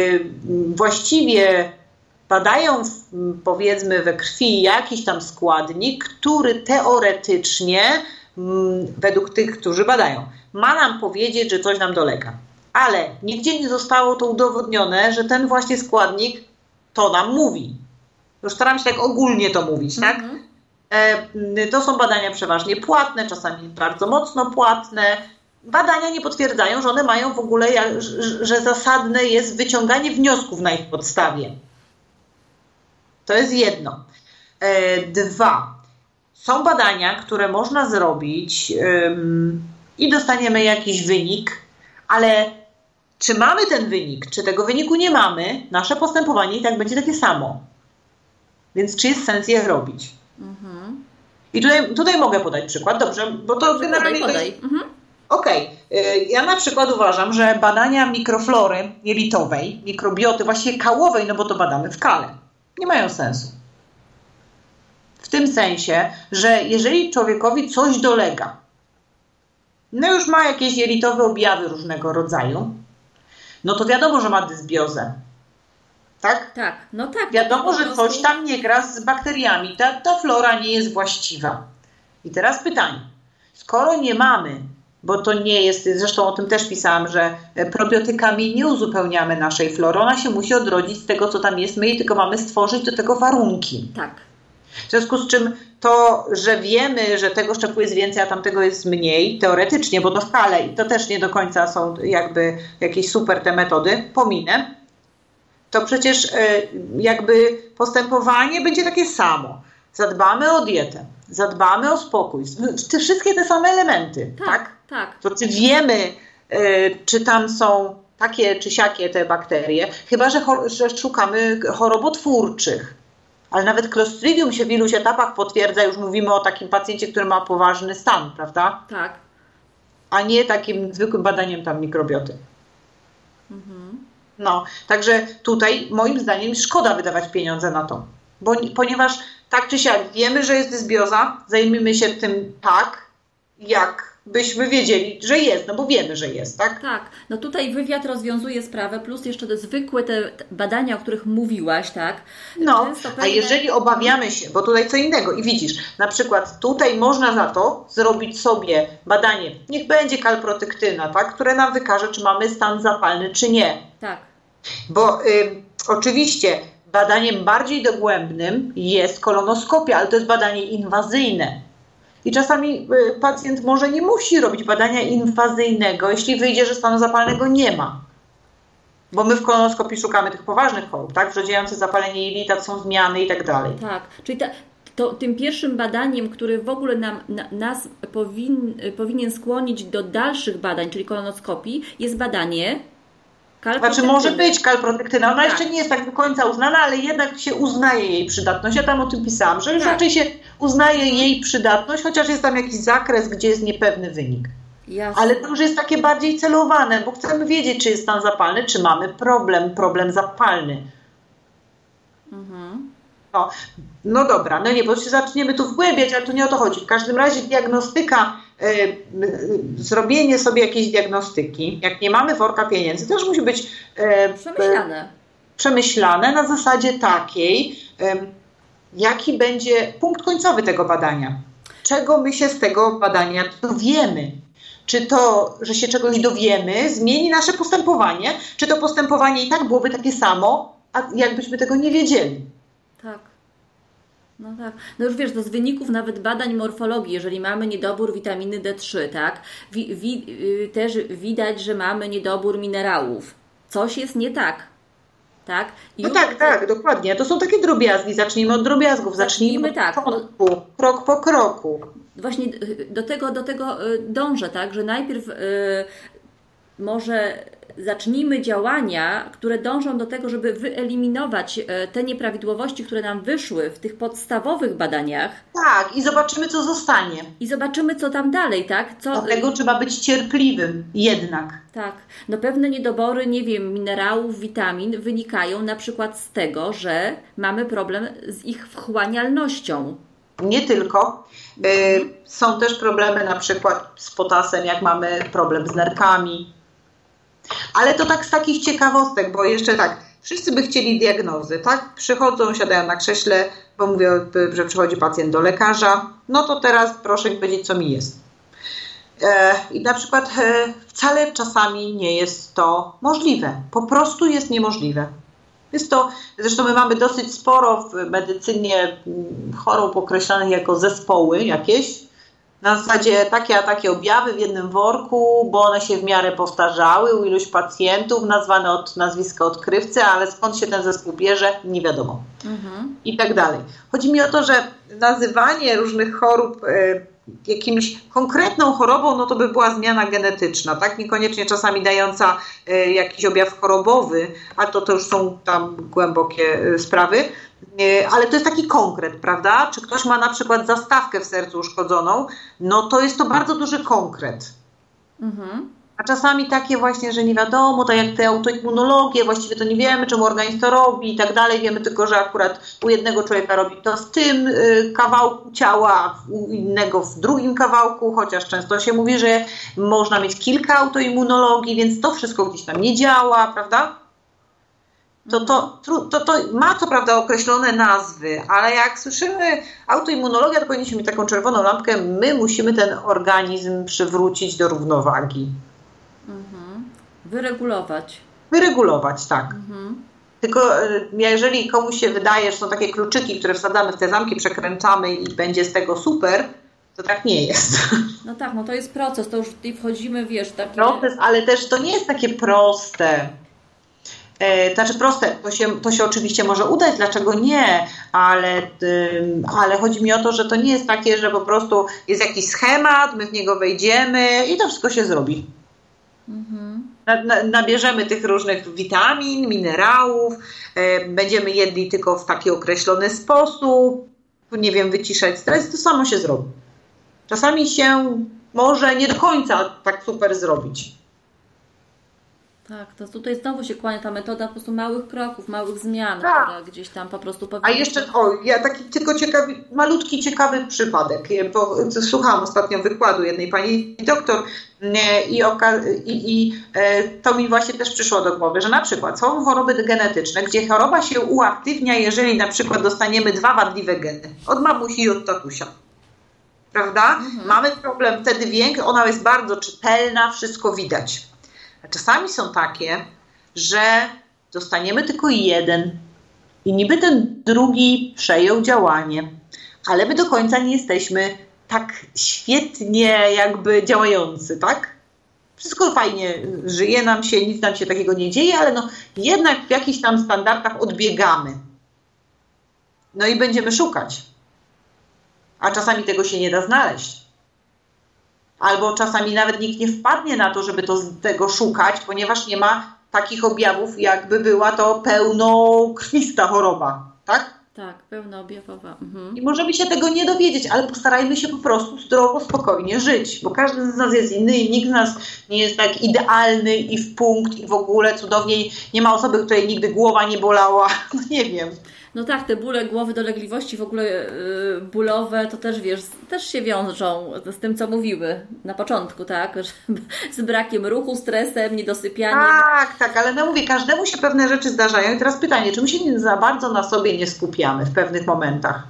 właściwie badają powiedzmy we krwi jakiś tam składnik, który teoretycznie według tych, którzy badają, ma nam powiedzieć, że coś nam dolega. Ale nigdzie nie zostało to udowodnione, że ten właśnie składnik to nam mówi. Już staram się tak ogólnie to mówić, tak? Mhm. To są badania przeważnie płatne, czasami bardzo mocno płatne. Badania nie potwierdzają, że one mają w ogóle, że zasadne jest wyciąganie wniosków na ich podstawie. To jest jedno. Dwa. Są badania, które można zrobić i dostaniemy jakiś wynik, ale czy mamy ten wynik, czy tego wyniku nie mamy, nasze postępowanie i tak będzie takie samo. Więc czy jest sens je robić? Mhm. I tutaj, tutaj mogę podać przykład, dobrze, bo to generalnie podaj, podaj. To jest... mhm. Okej, okay. Ja na przykład uważam, że badania mikroflory jelitowej, mikrobioty, właściwie kałowej, no bo to badamy w kale, nie mają sensu. W tym sensie, że jeżeli człowiekowi coś dolega, no już ma jakieś jelitowe objawy różnego rodzaju, no to wiadomo, że ma dysbiozę. Tak? Tak, no tak. Wiadomo, że coś tam nie gra z bakteriami. Ta, ta flora nie jest właściwa. I teraz pytanie. Skoro nie mamy, bo to nie jest, zresztą o tym też pisałam, że probiotykami nie uzupełniamy naszej flory. Ona się musi odrodzić z tego, co tam jest. My jej tylko mamy stworzyć do tego warunki. Tak. W związku z czym to, że wiemy, że tego szczepu jest więcej, a tamtego jest mniej, teoretycznie, bo to w kale i to też nie do końca są jakby jakieś super te metody, pominę. To przecież jakby postępowanie będzie takie samo. Zadbamy o dietę, zadbamy o spokój. Te wszystkie te same elementy, tak? Tak, tak. To czy wiemy, czy tam są takie czy siakie te bakterie, chyba że, że szukamy chorobotwórczych. Ale nawet Clostridium się w iluś etapach potwierdza, już mówimy o takim pacjencie, który ma poważny stan, prawda? Tak. A nie takim zwykłym badaniem tam mikrobioty. Mhm. No, także tutaj moim zdaniem szkoda wydawać pieniądze na to, bo, ponieważ tak czy siak wiemy, że jest dysbioza, zajmijmy się tym tak, jak byśmy wiedzieli, że jest, no bo wiemy, że jest, tak? Tak, no tutaj wywiad rozwiązuje sprawę, plus jeszcze te zwykłe te badania, o których mówiłaś, tak? No, pewne... a jeżeli obawiamy się, bo tutaj co innego i widzisz, na przykład tutaj można za to zrobić sobie badanie, niech będzie kalprotyktyna, tak? Które nam wykaże, czy mamy stan zapalny, czy nie. Tak. Bo y, oczywiście badaniem bardziej dogłębnym jest kolonoskopia, ale to jest badanie inwazyjne. I czasami y, pacjent może nie musi robić badania inwazyjnego, jeśli wyjdzie, że stanu zapalnego nie ma. Bo my w kolonoskopii szukamy tych poważnych chorób, tak? Wrzodziejące zapalenie jelita, są zmiany i tak dalej. Tak, czyli ta, to, tym pierwszym badaniem, który w ogóle nam, na, nas powin, powinien skłonić do dalszych badań, czyli kolonoskopii, jest badanie Znaczy może być kalprotektyna, ona tak. jeszcze nie jest tak do końca uznana, ale jednak się uznaje jej przydatność. Ja tam o tym pisałam, że już tak. raczej się uznaje jej przydatność, chociaż jest tam jakiś zakres, gdzie jest niepewny wynik. Jasne. Ale to już jest takie bardziej celowane, bo chcemy wiedzieć, czy jest stan zapalny, czy mamy problem, problem zapalny. Mhm. No, no dobra, no nie, bo się zaczniemy tu wgłębiać, ale to nie o to chodzi. W każdym razie diagnostyka, y, y, zrobienie sobie jakiejś diagnostyki, jak nie mamy worka pieniędzy, też musi być y, przemyślane. Y, przemyślane na zasadzie takiej, y, jaki będzie punkt końcowy tego badania. Czego my się z tego badania dowiemy? Czy to, że się czegoś dowiemy, zmieni nasze postępowanie? Czy to postępowanie i tak byłoby takie samo, a jakbyśmy tego nie wiedzieli? Tak. No tak. No już wiesz, to z wyników nawet badań morfologii, jeżeli mamy niedobór witaminy D trzy, tak, wi, wi, też widać, że mamy niedobór minerałów. Coś jest nie tak. Tak? I no już... tak, tak, dokładnie. To są takie drobiazgi. Zacznijmy od drobiazgów. Zacznijmy, Zacznijmy tak. Początku, krok po kroku. Właśnie do tego, do tego dążę, tak, że najpierw yy, może zacznijmy działania, które dążą do tego, żeby wyeliminować te nieprawidłowości, które nam wyszły w tych podstawowych badaniach. Tak, i zobaczymy, co zostanie. I zobaczymy, co tam dalej, tak? Co... Dlatego trzeba być cierpliwym jednak. Tak. No pewne niedobory, nie wiem, minerałów, witamin wynikają na przykład z tego, że mamy problem z ich wchłanialnością. Nie tylko. Y, są też problemy na przykład z potasem, jak mamy problem z nerkami. Ale to tak z takich ciekawostek, bo jeszcze tak, wszyscy by chcieli diagnozy, tak? Przychodzą, siadają na krześle, bo mówię, że przychodzi pacjent do lekarza, no to teraz proszę mi powiedzieć, co mi jest. E, I na przykład e, wcale czasami nie jest to możliwe. Po prostu jest niemożliwe. Jest to, zresztą my mamy dosyć sporo w medycynie chorób określanych jako zespoły jakieś. Na zasadzie takie a takie objawy w jednym worku, bo one się w miarę powtarzały u iluś pacjentów, nazwane od nazwiska odkrywcy, ale skąd się ten zespół bierze, nie wiadomo. Mhm. I tak dalej. Chodzi mi o to, że nazywanie różnych chorób y, jakimś konkretną chorobą, no to by była zmiana genetyczna, tak? Niekoniecznie czasami dająca y, jakiś objaw chorobowy, a to, to już są tam głębokie y, sprawy. Ale to jest taki konkret, prawda? Czy ktoś ma na przykład zastawkę w sercu uszkodzoną, no to jest to bardzo duży konkret. Mhm. A czasami takie właśnie, że nie wiadomo, tak jak te autoimmunologie, właściwie to nie wiemy, czemu organizm to robi i tak dalej. Wiemy tylko, że akurat u jednego człowieka robi to z tym y, kawałku ciała, u innego w drugim kawałku, chociaż często się mówi, że można mieć kilka autoimmunologii, więc to wszystko gdzieś tam nie działa, prawda? To, to, to, to ma co prawda określone nazwy, ale jak słyszymy autoimmunologia, to powinniśmy mieć taką czerwoną lampkę, my musimy ten organizm przywrócić do równowagi. Mhm. Wyregulować. Wyregulować, tak. Mhm. Tylko jeżeli komuś się wydaje, że są takie kluczyki, które wsadzamy w te zamki, przekręcamy i będzie z tego super, to tak nie jest. No tak, no to jest proces, to już tutaj wchodzimy, wiesz, taki... Proces, ale też to nie jest takie proste. Znaczy proste, to się, to się oczywiście może udać, dlaczego nie, ale, ale chodzi mi o to, że to nie jest takie, że po prostu jest jakiś schemat, my w niego wejdziemy i to wszystko się zrobi. Mhm. Na, na, nabierzemy tych różnych witamin, minerałów, e, będziemy jedli tylko w taki określony sposób, nie wiem, wyciszać stres, to samo się zrobi. Czasami się może nie do końca tak super zrobić. Tak, to tutaj znowu się kłania ta metoda po prostu małych kroków, małych zmian, tak. które gdzieś tam po prostu powinny... A jeszcze, o, ja taki tylko ciekawy, malutki, ciekawy przypadek, bo słuchałam ostatnio wykładu jednej pani doktor i, oka- i, i to mi właśnie też przyszło do głowy, że na przykład są choroby genetyczne, gdzie choroba się uaktywnia, jeżeli na przykład dostaniemy dwa wadliwe geny, od mamusi i od tatusia. Prawda? Mhm. Mamy problem wtedy większy, ona jest bardzo czytelna, wszystko widać. A czasami są takie, że dostaniemy tylko jeden i niby ten drugi przejął działanie, ale my do końca nie jesteśmy tak świetnie jakby działający, tak? Wszystko fajnie, żyje nam się, nic nam się takiego nie dzieje, ale no jednak w jakichś tam standardach odbiegamy. No i będziemy szukać. A czasami tego się nie da znaleźć. Albo czasami nawet nikt nie wpadnie na to, żeby to z tego szukać, ponieważ nie ma takich objawów, jakby była to pełnokrwista choroba, tak? Tak, pełnoobjawowa. Mhm. I możemy się tego nie dowiedzieć, ale postarajmy się po prostu zdrowo, spokojnie żyć, bo każdy z nas jest inny i nikt z nas nie jest tak idealny i w punkt i w ogóle cudownie. Nie ma osoby, której nigdy głowa nie bolała, no nie wiem. No tak, te bóle głowy, dolegliwości w ogóle yy, bólowe, to też wiesz, też się wiążą z tym, co mówiły na początku, tak? Z brakiem ruchu, stresem, niedosypianiem. Tak, tak, ale no mówię, każdemu się pewne rzeczy zdarzają i teraz pytanie, czy my się nie za bardzo na sobie nie skupiamy w pewnych momentach?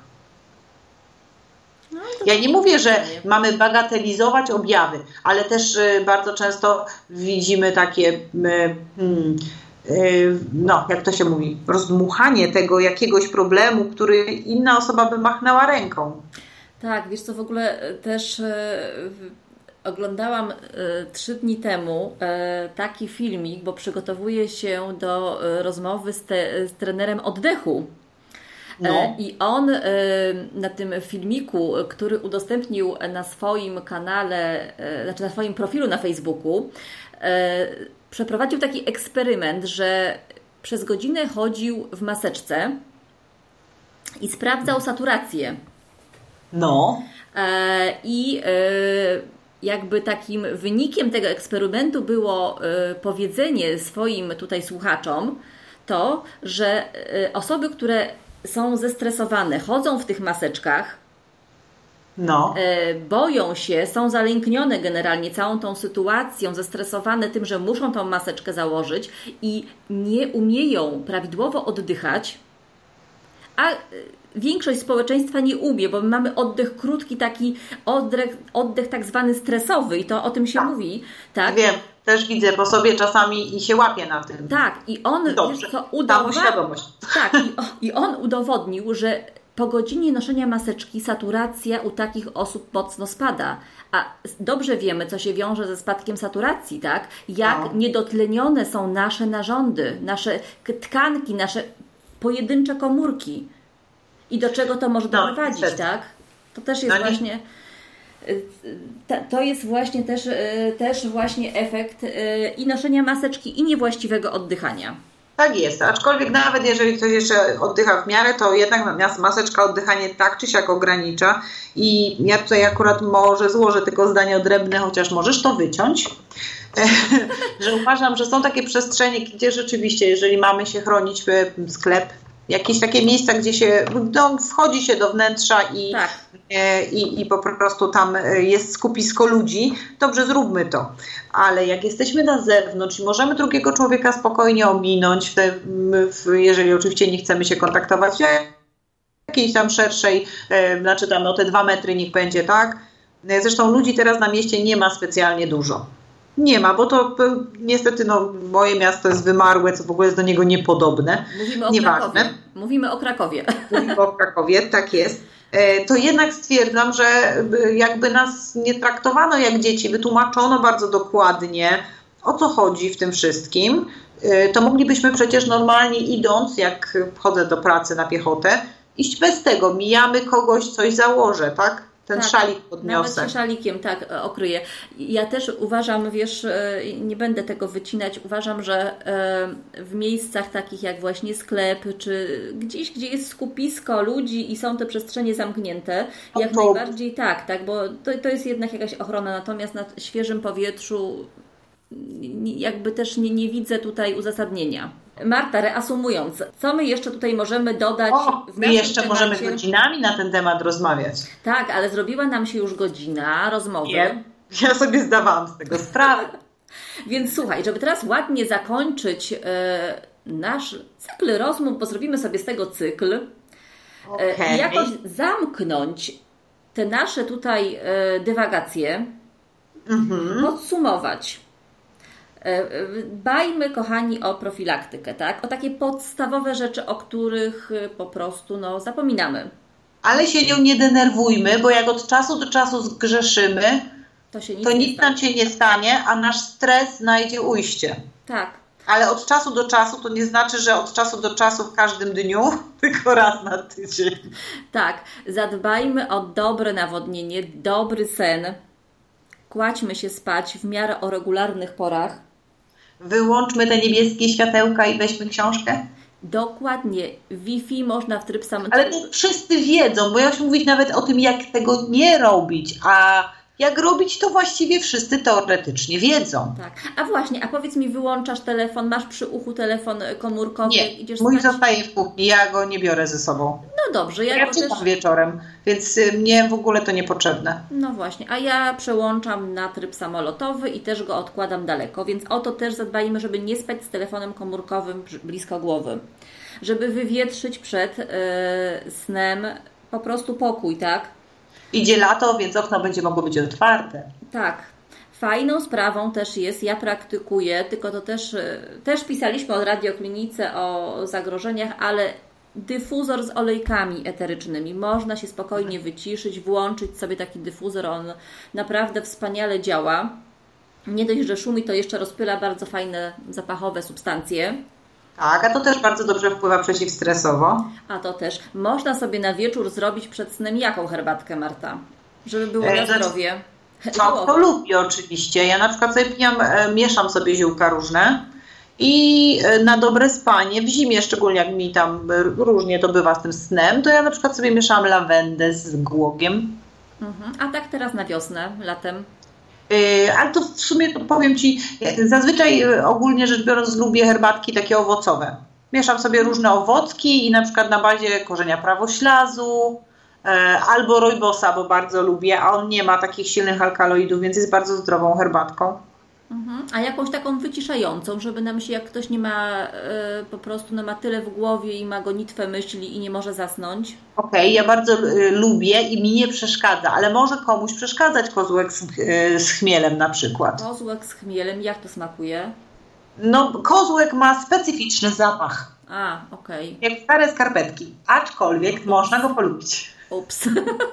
No, ja nie mówię, że mamy bagatelizować objawy, ale też y, bardzo często widzimy takie... Y, hmm, no, jak to się mówi, rozdmuchanie tego jakiegoś problemu, który inna osoba by machnęła ręką. Tak, wiesz co, w ogóle też e, oglądałam e, trzy dni temu e, taki filmik, bo przygotowuję się do e, rozmowy z, te, z trenerem oddechu. No. E, I on e, na tym filmiku, który udostępnił na swoim kanale, e, znaczy na swoim profilu na Facebooku, e, przeprowadził taki eksperyment, że przez godzinę chodził w maseczce i sprawdzał saturację. No. E, I e, jakby takim wynikiem tego eksperymentu było e, powiedzenie swoim tutaj słuchaczom to, że e, osoby, które są zestresowane, chodzą w tych maseczkach, no. e, boją się, są zalęknione generalnie całą tą sytuacją, zestresowane tym, że muszą tą maseczkę założyć i nie umieją prawidłowo oddychać, a większość społeczeństwa nie umie, bo my mamy oddech krótki, taki oddech, oddech tak zwany stresowy i to o tym się tak. mówi. Tak? Wiem, też widzę po sobie czasami i się łapię na tym. Tak, i on Dobrze, co, udowa... świadomość. Tak, i, o, i on udowodnił, że po godzinie noszenia maseczki saturacja u takich osób mocno spada. A dobrze wiemy, co się wiąże ze spadkiem saturacji, tak? Jak no. niedotlenione są nasze narządy, nasze tkanki, nasze pojedyncze komórki. I do czego to może no, doprowadzić, niestety. tak? To też jest no, właśnie... To jest właśnie też, też właśnie efekt i noszenia maseczki, i niewłaściwego oddychania. Tak jest, aczkolwiek nawet jeżeli ktoś jeszcze oddycha w miarę, to jednak maseczka oddychanie tak czy siak ogranicza i ja tutaj akurat może złożę tylko zdanie odrębne, chociaż możesz to wyciąć, że uważam, że są takie przestrzenie, gdzie rzeczywiście, jeżeli mamy się chronić, sklep, jakieś takie miejsca, gdzie się no, wchodzi się do wnętrza i, tak. e, i, i po prostu tam jest skupisko ludzi, dobrze, zróbmy to. Ale jak jesteśmy na zewnątrz i możemy drugiego człowieka spokojnie ominąć, w te, w, jeżeli oczywiście nie chcemy się kontaktować w jakiejś tam szerszej, e, znaczy tam no te dwa metry niech będzie, tak? Zresztą ludzi teraz na mieście nie ma specjalnie dużo. Nie ma, bo to niestety no, moje miasto jest wymarłe, co w ogóle jest do niego niepodobne. Mówimy o Nieważne. Krakowie. Mówimy o Krakowie. Mówimy o Krakowie, tak jest. To jednak stwierdzam, że jakby nas nie traktowano jak dzieci, wytłumaczono bardzo dokładnie, o co chodzi w tym wszystkim, to moglibyśmy przecież normalnie idąc, jak chodzę do pracy na piechotę, iść bez tego. Mijamy kogoś, coś założę, tak? Ten tak, szalik podniosę. Nawet szalikiem, tak, okryję. Ja też uważam, wiesz, nie będę tego wycinać, uważam, że w miejscach takich jak właśnie sklep, czy gdzieś, gdzie jest skupisko ludzi i są te przestrzenie zamknięte, jak to... najbardziej tak, tak, bo to, to jest jednak jakaś ochrona, natomiast na świeżym powietrzu jakby też nie, nie widzę tutaj uzasadnienia. Marta, reasumując, co my jeszcze tutaj możemy dodać? O, w my jeszcze temacie? możemy godzinami na ten temat rozmawiać. Tak, ale zrobiła nam się już godzina rozmowy. Nie, ja sobie zdawałam z tego sprawę. Więc słuchaj, żeby teraz ładnie zakończyć e, nasz cykl rozmów, bo zrobimy sobie z tego cykl e, okay. i jakoś zamknąć te nasze tutaj e, dywagacje, mm-hmm. podsumować. Dbajmy, kochani, o profilaktykę, tak? O takie podstawowe rzeczy, o których po prostu no, zapominamy. Ale się nią nie denerwujmy, bo jak od czasu do czasu zgrzeszymy, to, się nic, to nic nam się nie stanie, a nasz stres znajdzie ujście. Tak. Ale od czasu do czasu to nie znaczy, że od czasu do czasu w każdym dniu, tylko raz na tydzień. Tak. Zadbajmy o dobre nawodnienie, dobry sen. Kładźmy się spać w miarę o regularnych porach. wyłączmy te niebieskie światełka i weźmy książkę? Dokładnie. Wi-Fi można w tryb samolotowy. Ale to wszyscy wiedzą, bo ja już mówić nawet o tym, jak tego nie robić, a jak robić, to właściwie wszyscy teoretycznie wiedzą. Tak. A właśnie, a powiedz mi, wyłączasz telefon, masz przy uchu telefon komórkowy? Nie, idziesz mój spać? zostaje w kuchni, ja go nie biorę ze sobą. No dobrze. Ja, Ja go czytam też... wieczorem, więc mnie w ogóle to niepotrzebne. No właśnie, a ja przełączam na tryb samolotowy i też go odkładam daleko, więc o to też zadbajmy, żeby nie spać z telefonem komórkowym blisko głowy. Żeby wywietrzyć przed yy, snem po prostu pokój, tak? Idzie lato, więc okno będzie mogło być otwarte. Tak. Fajną sprawą też jest, ja praktykuję, tylko to też, też pisaliśmy o radioklinice, o zagrożeniach, ale dyfuzor z olejkami eterycznymi. Można się spokojnie wyciszyć, włączyć sobie taki dyfuzor, on naprawdę wspaniale działa. Nie dość, że szumi, to jeszcze rozpyla bardzo fajne zapachowe substancje. Tak, a to też bardzo dobrze wpływa przeciwstresowo. A to też. Można sobie na wieczór zrobić przed snem jaką herbatkę, Marta? Żeby było E, na znaczy, zdrowie. No, to lubię oczywiście. Ja na przykład sobie pijam, e, mieszam sobie ziółka różne i e, na dobre spanie, w zimie szczególnie jak mi tam e, różnie to bywa z tym snem, to ja na przykład sobie mieszam lawendę z głogiem. Mhm. A tak teraz na wiosnę, latem? E, ale to w sumie to powiem Ci, ja zazwyczaj e, ogólnie rzecz biorąc lubię herbatki takie owocowe. Mieszam sobie różne owocki i na przykład na bazie korzenia prawoślazu, albo rojbosa, bo bardzo lubię, a on nie ma takich silnych alkaloidów, więc jest bardzo zdrową herbatką. Mhm. A jakąś taką wyciszającą, żeby nam się, jak ktoś nie ma y, po prostu no ma tyle w głowie i ma gonitwę myśli i nie może zasnąć? Okej, okay, ja bardzo y, lubię i mi nie przeszkadza, ale może komuś przeszkadzać kozłek z, y, z chmielem na przykład. Kozłek z chmielem, jak to smakuje? No, kozłek ma specyficzny zapach. A, okej. Okay. Jak stare skarpetki, aczkolwiek Ups. można go polubić. Ups.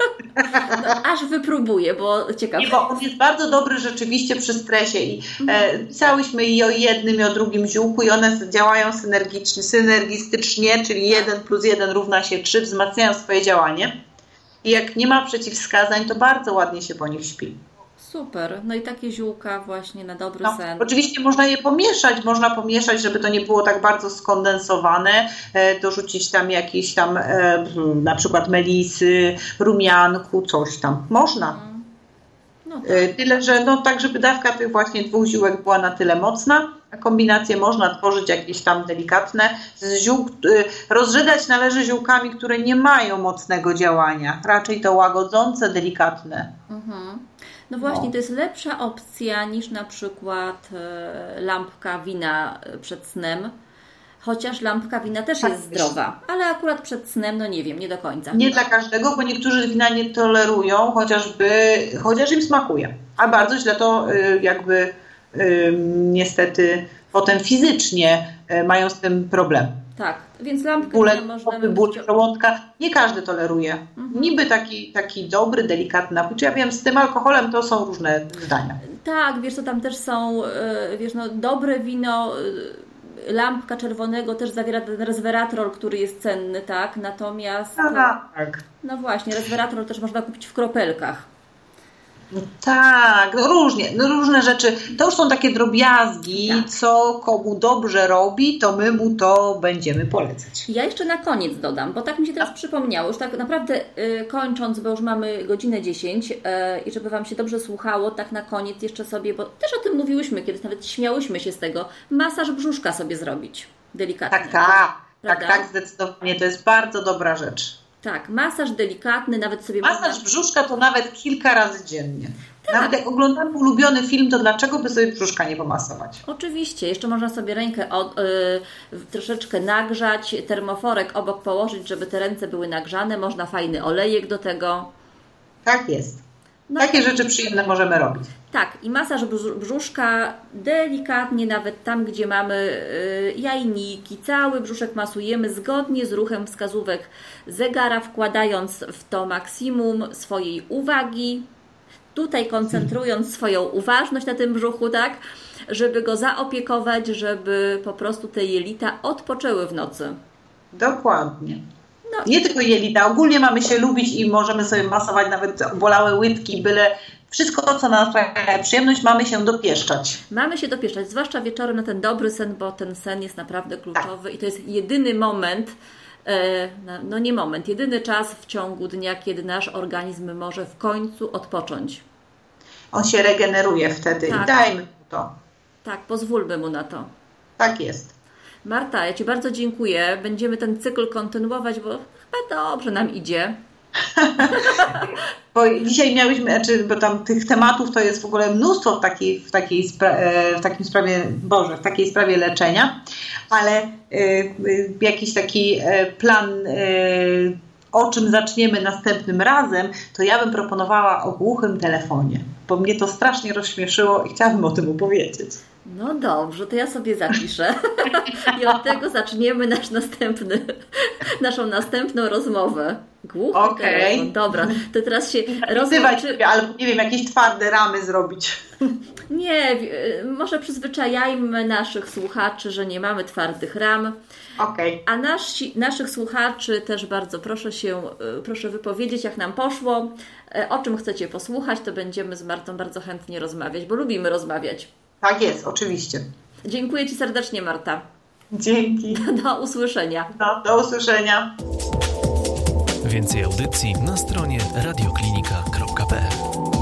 No, aż wypróbuję, bo ciekawe. Nie, bo on jest bardzo dobry rzeczywiście przy stresie i e, pisałyśmy i o jednym i o drugim ziółku i one działają synergicznie, synergistycznie, czyli jeden plus jeden równa się trzy, wzmacniają swoje działanie i jak nie ma przeciwwskazań, to bardzo ładnie się po nich śpi. Super, no i takie ziółka właśnie na dobry no, sen. Oczywiście można je pomieszać, można pomieszać, żeby to nie było tak bardzo skondensowane, e, dorzucić tam jakieś tam e, na przykład melisy, rumianku, coś tam. Można. No tak. e, tyle, że no tak, żeby dawka tych właśnie dwóch ziółek była na tyle mocna, a kombinacje można tworzyć jakieś tam delikatne. Z ziół, e, rozrzedzać należy ziółkami, które nie mają mocnego działania, raczej to łagodzące, delikatne. Mhm. No właśnie, no. To jest lepsza opcja niż na przykład e, lampka wina przed snem, chociaż lampka wina też tak jest zdrowa, ale akurat przed snem, no nie wiem, nie do końca. Nie dla każdego, bo niektórzy wina nie tolerują, chociażby, chociaż im smakuje, a bardzo źle to y, jakby y, niestety potem fizycznie y, mają z tym problem. Tak, więc lampkę Bóle, można... ból żołądka, nie każdy toleruje. Mhm. Niby taki, taki dobry, delikatny napój. Czy ja wiem, z tym alkoholem to są różne zdania. Tak, wiesz, to tam też są, wiesz, no dobre wino, lampka czerwonego też zawiera ten resveratrol, który jest cenny, tak? Natomiast... Aha, tak. No właśnie, resveratrol też można kupić w kropelkach. No tak, no różnie, no różne rzeczy. To już są takie drobiazgi, tak. Co komu dobrze robi, to my mu to będziemy polecać. Ja jeszcze na koniec dodam, bo tak mi się teraz przypomniało, już tak naprawdę y, kończąc, bo już mamy godzinę dziesięć y, i żeby Wam się dobrze słuchało, tak na koniec jeszcze sobie, bo też o tym mówiłyśmy kiedyś, nawet śmiałyśmy się z tego, masaż brzuszka sobie zrobić delikatnie. Tak, tak, tak, tak, zdecydowanie, to jest bardzo dobra rzecz. Tak, masaż delikatny, nawet sobie Masaż można... brzuszka to nawet kilka razy dziennie. Tak. Nawet jak oglądamy ulubiony film, to dlaczego by sobie brzuszka nie pomasować? Oczywiście, jeszcze można sobie rękę od, yy, troszeczkę nagrzać, termoforek obok położyć, żeby te ręce były nagrzane, można fajny olejek do tego. Tak jest. No takie i... rzeczy przyjemne możemy robić. Tak, i masaż brzuszka delikatnie, nawet tam, gdzie mamy yy, jajniki, cały brzuszek masujemy zgodnie z ruchem wskazówek zegara, wkładając w to maksimum swojej uwagi, tutaj koncentrując swoją uważność na tym brzuchu, tak, żeby go zaopiekować, żeby po prostu te jelita odpoczęły w nocy. Dokładnie. No. Nie tylko jelita, ogólnie mamy się lubić i możemy sobie masować nawet bolałe łydki, byle wszystko, co nam sprawia przyjemność, mamy się dopieszczać. Mamy się dopieszczać, zwłaszcza wieczorem na ten dobry sen, bo ten sen jest naprawdę kluczowy tak. i to jest jedyny moment, no nie moment, jedyny czas w ciągu dnia, kiedy nasz organizm może w końcu odpocząć. On się regeneruje wtedy tak. i dajmy mu to. Tak, pozwólmy mu na to. Tak jest. Marta, ja Ci bardzo dziękuję. Będziemy ten cykl kontynuować, bo chyba dobrze nam idzie. Bo dzisiaj miałyśmy, znaczy, bo tam tych tematów to jest w ogóle mnóstwo w takiej, w takiej, spra- w takim sprawie, Boże, w takiej sprawie leczenia, ale y, y, jakiś taki y, plan, y, o czym zaczniemy następnym razem, to ja bym proponowała o głuchym telefonie, bo mnie to strasznie rozśmieszyło i chciałabym o tym opowiedzieć. No dobrze, to ja sobie zapiszę i od tego zaczniemy nasz następny, naszą następną rozmowę. Głuchy okay. telefon. Dobra, to teraz się rozłączy... Albo nie wiem, jakieś twarde ramy zrobić. Nie, może przyzwyczajajmy naszych słuchaczy, że nie mamy twardych ram. Okay. A nasi, naszych słuchaczy też bardzo proszę się, proszę wypowiedzieć, jak nam poszło, o czym chcecie posłuchać, to będziemy z Martą bardzo chętnie rozmawiać, bo lubimy rozmawiać. Tak jest, oczywiście. Dziękuję Ci serdecznie, Marta. Dzięki. Do usłyszenia. No, do usłyszenia. Więcej audycji na stronie radioklinika kropka p l.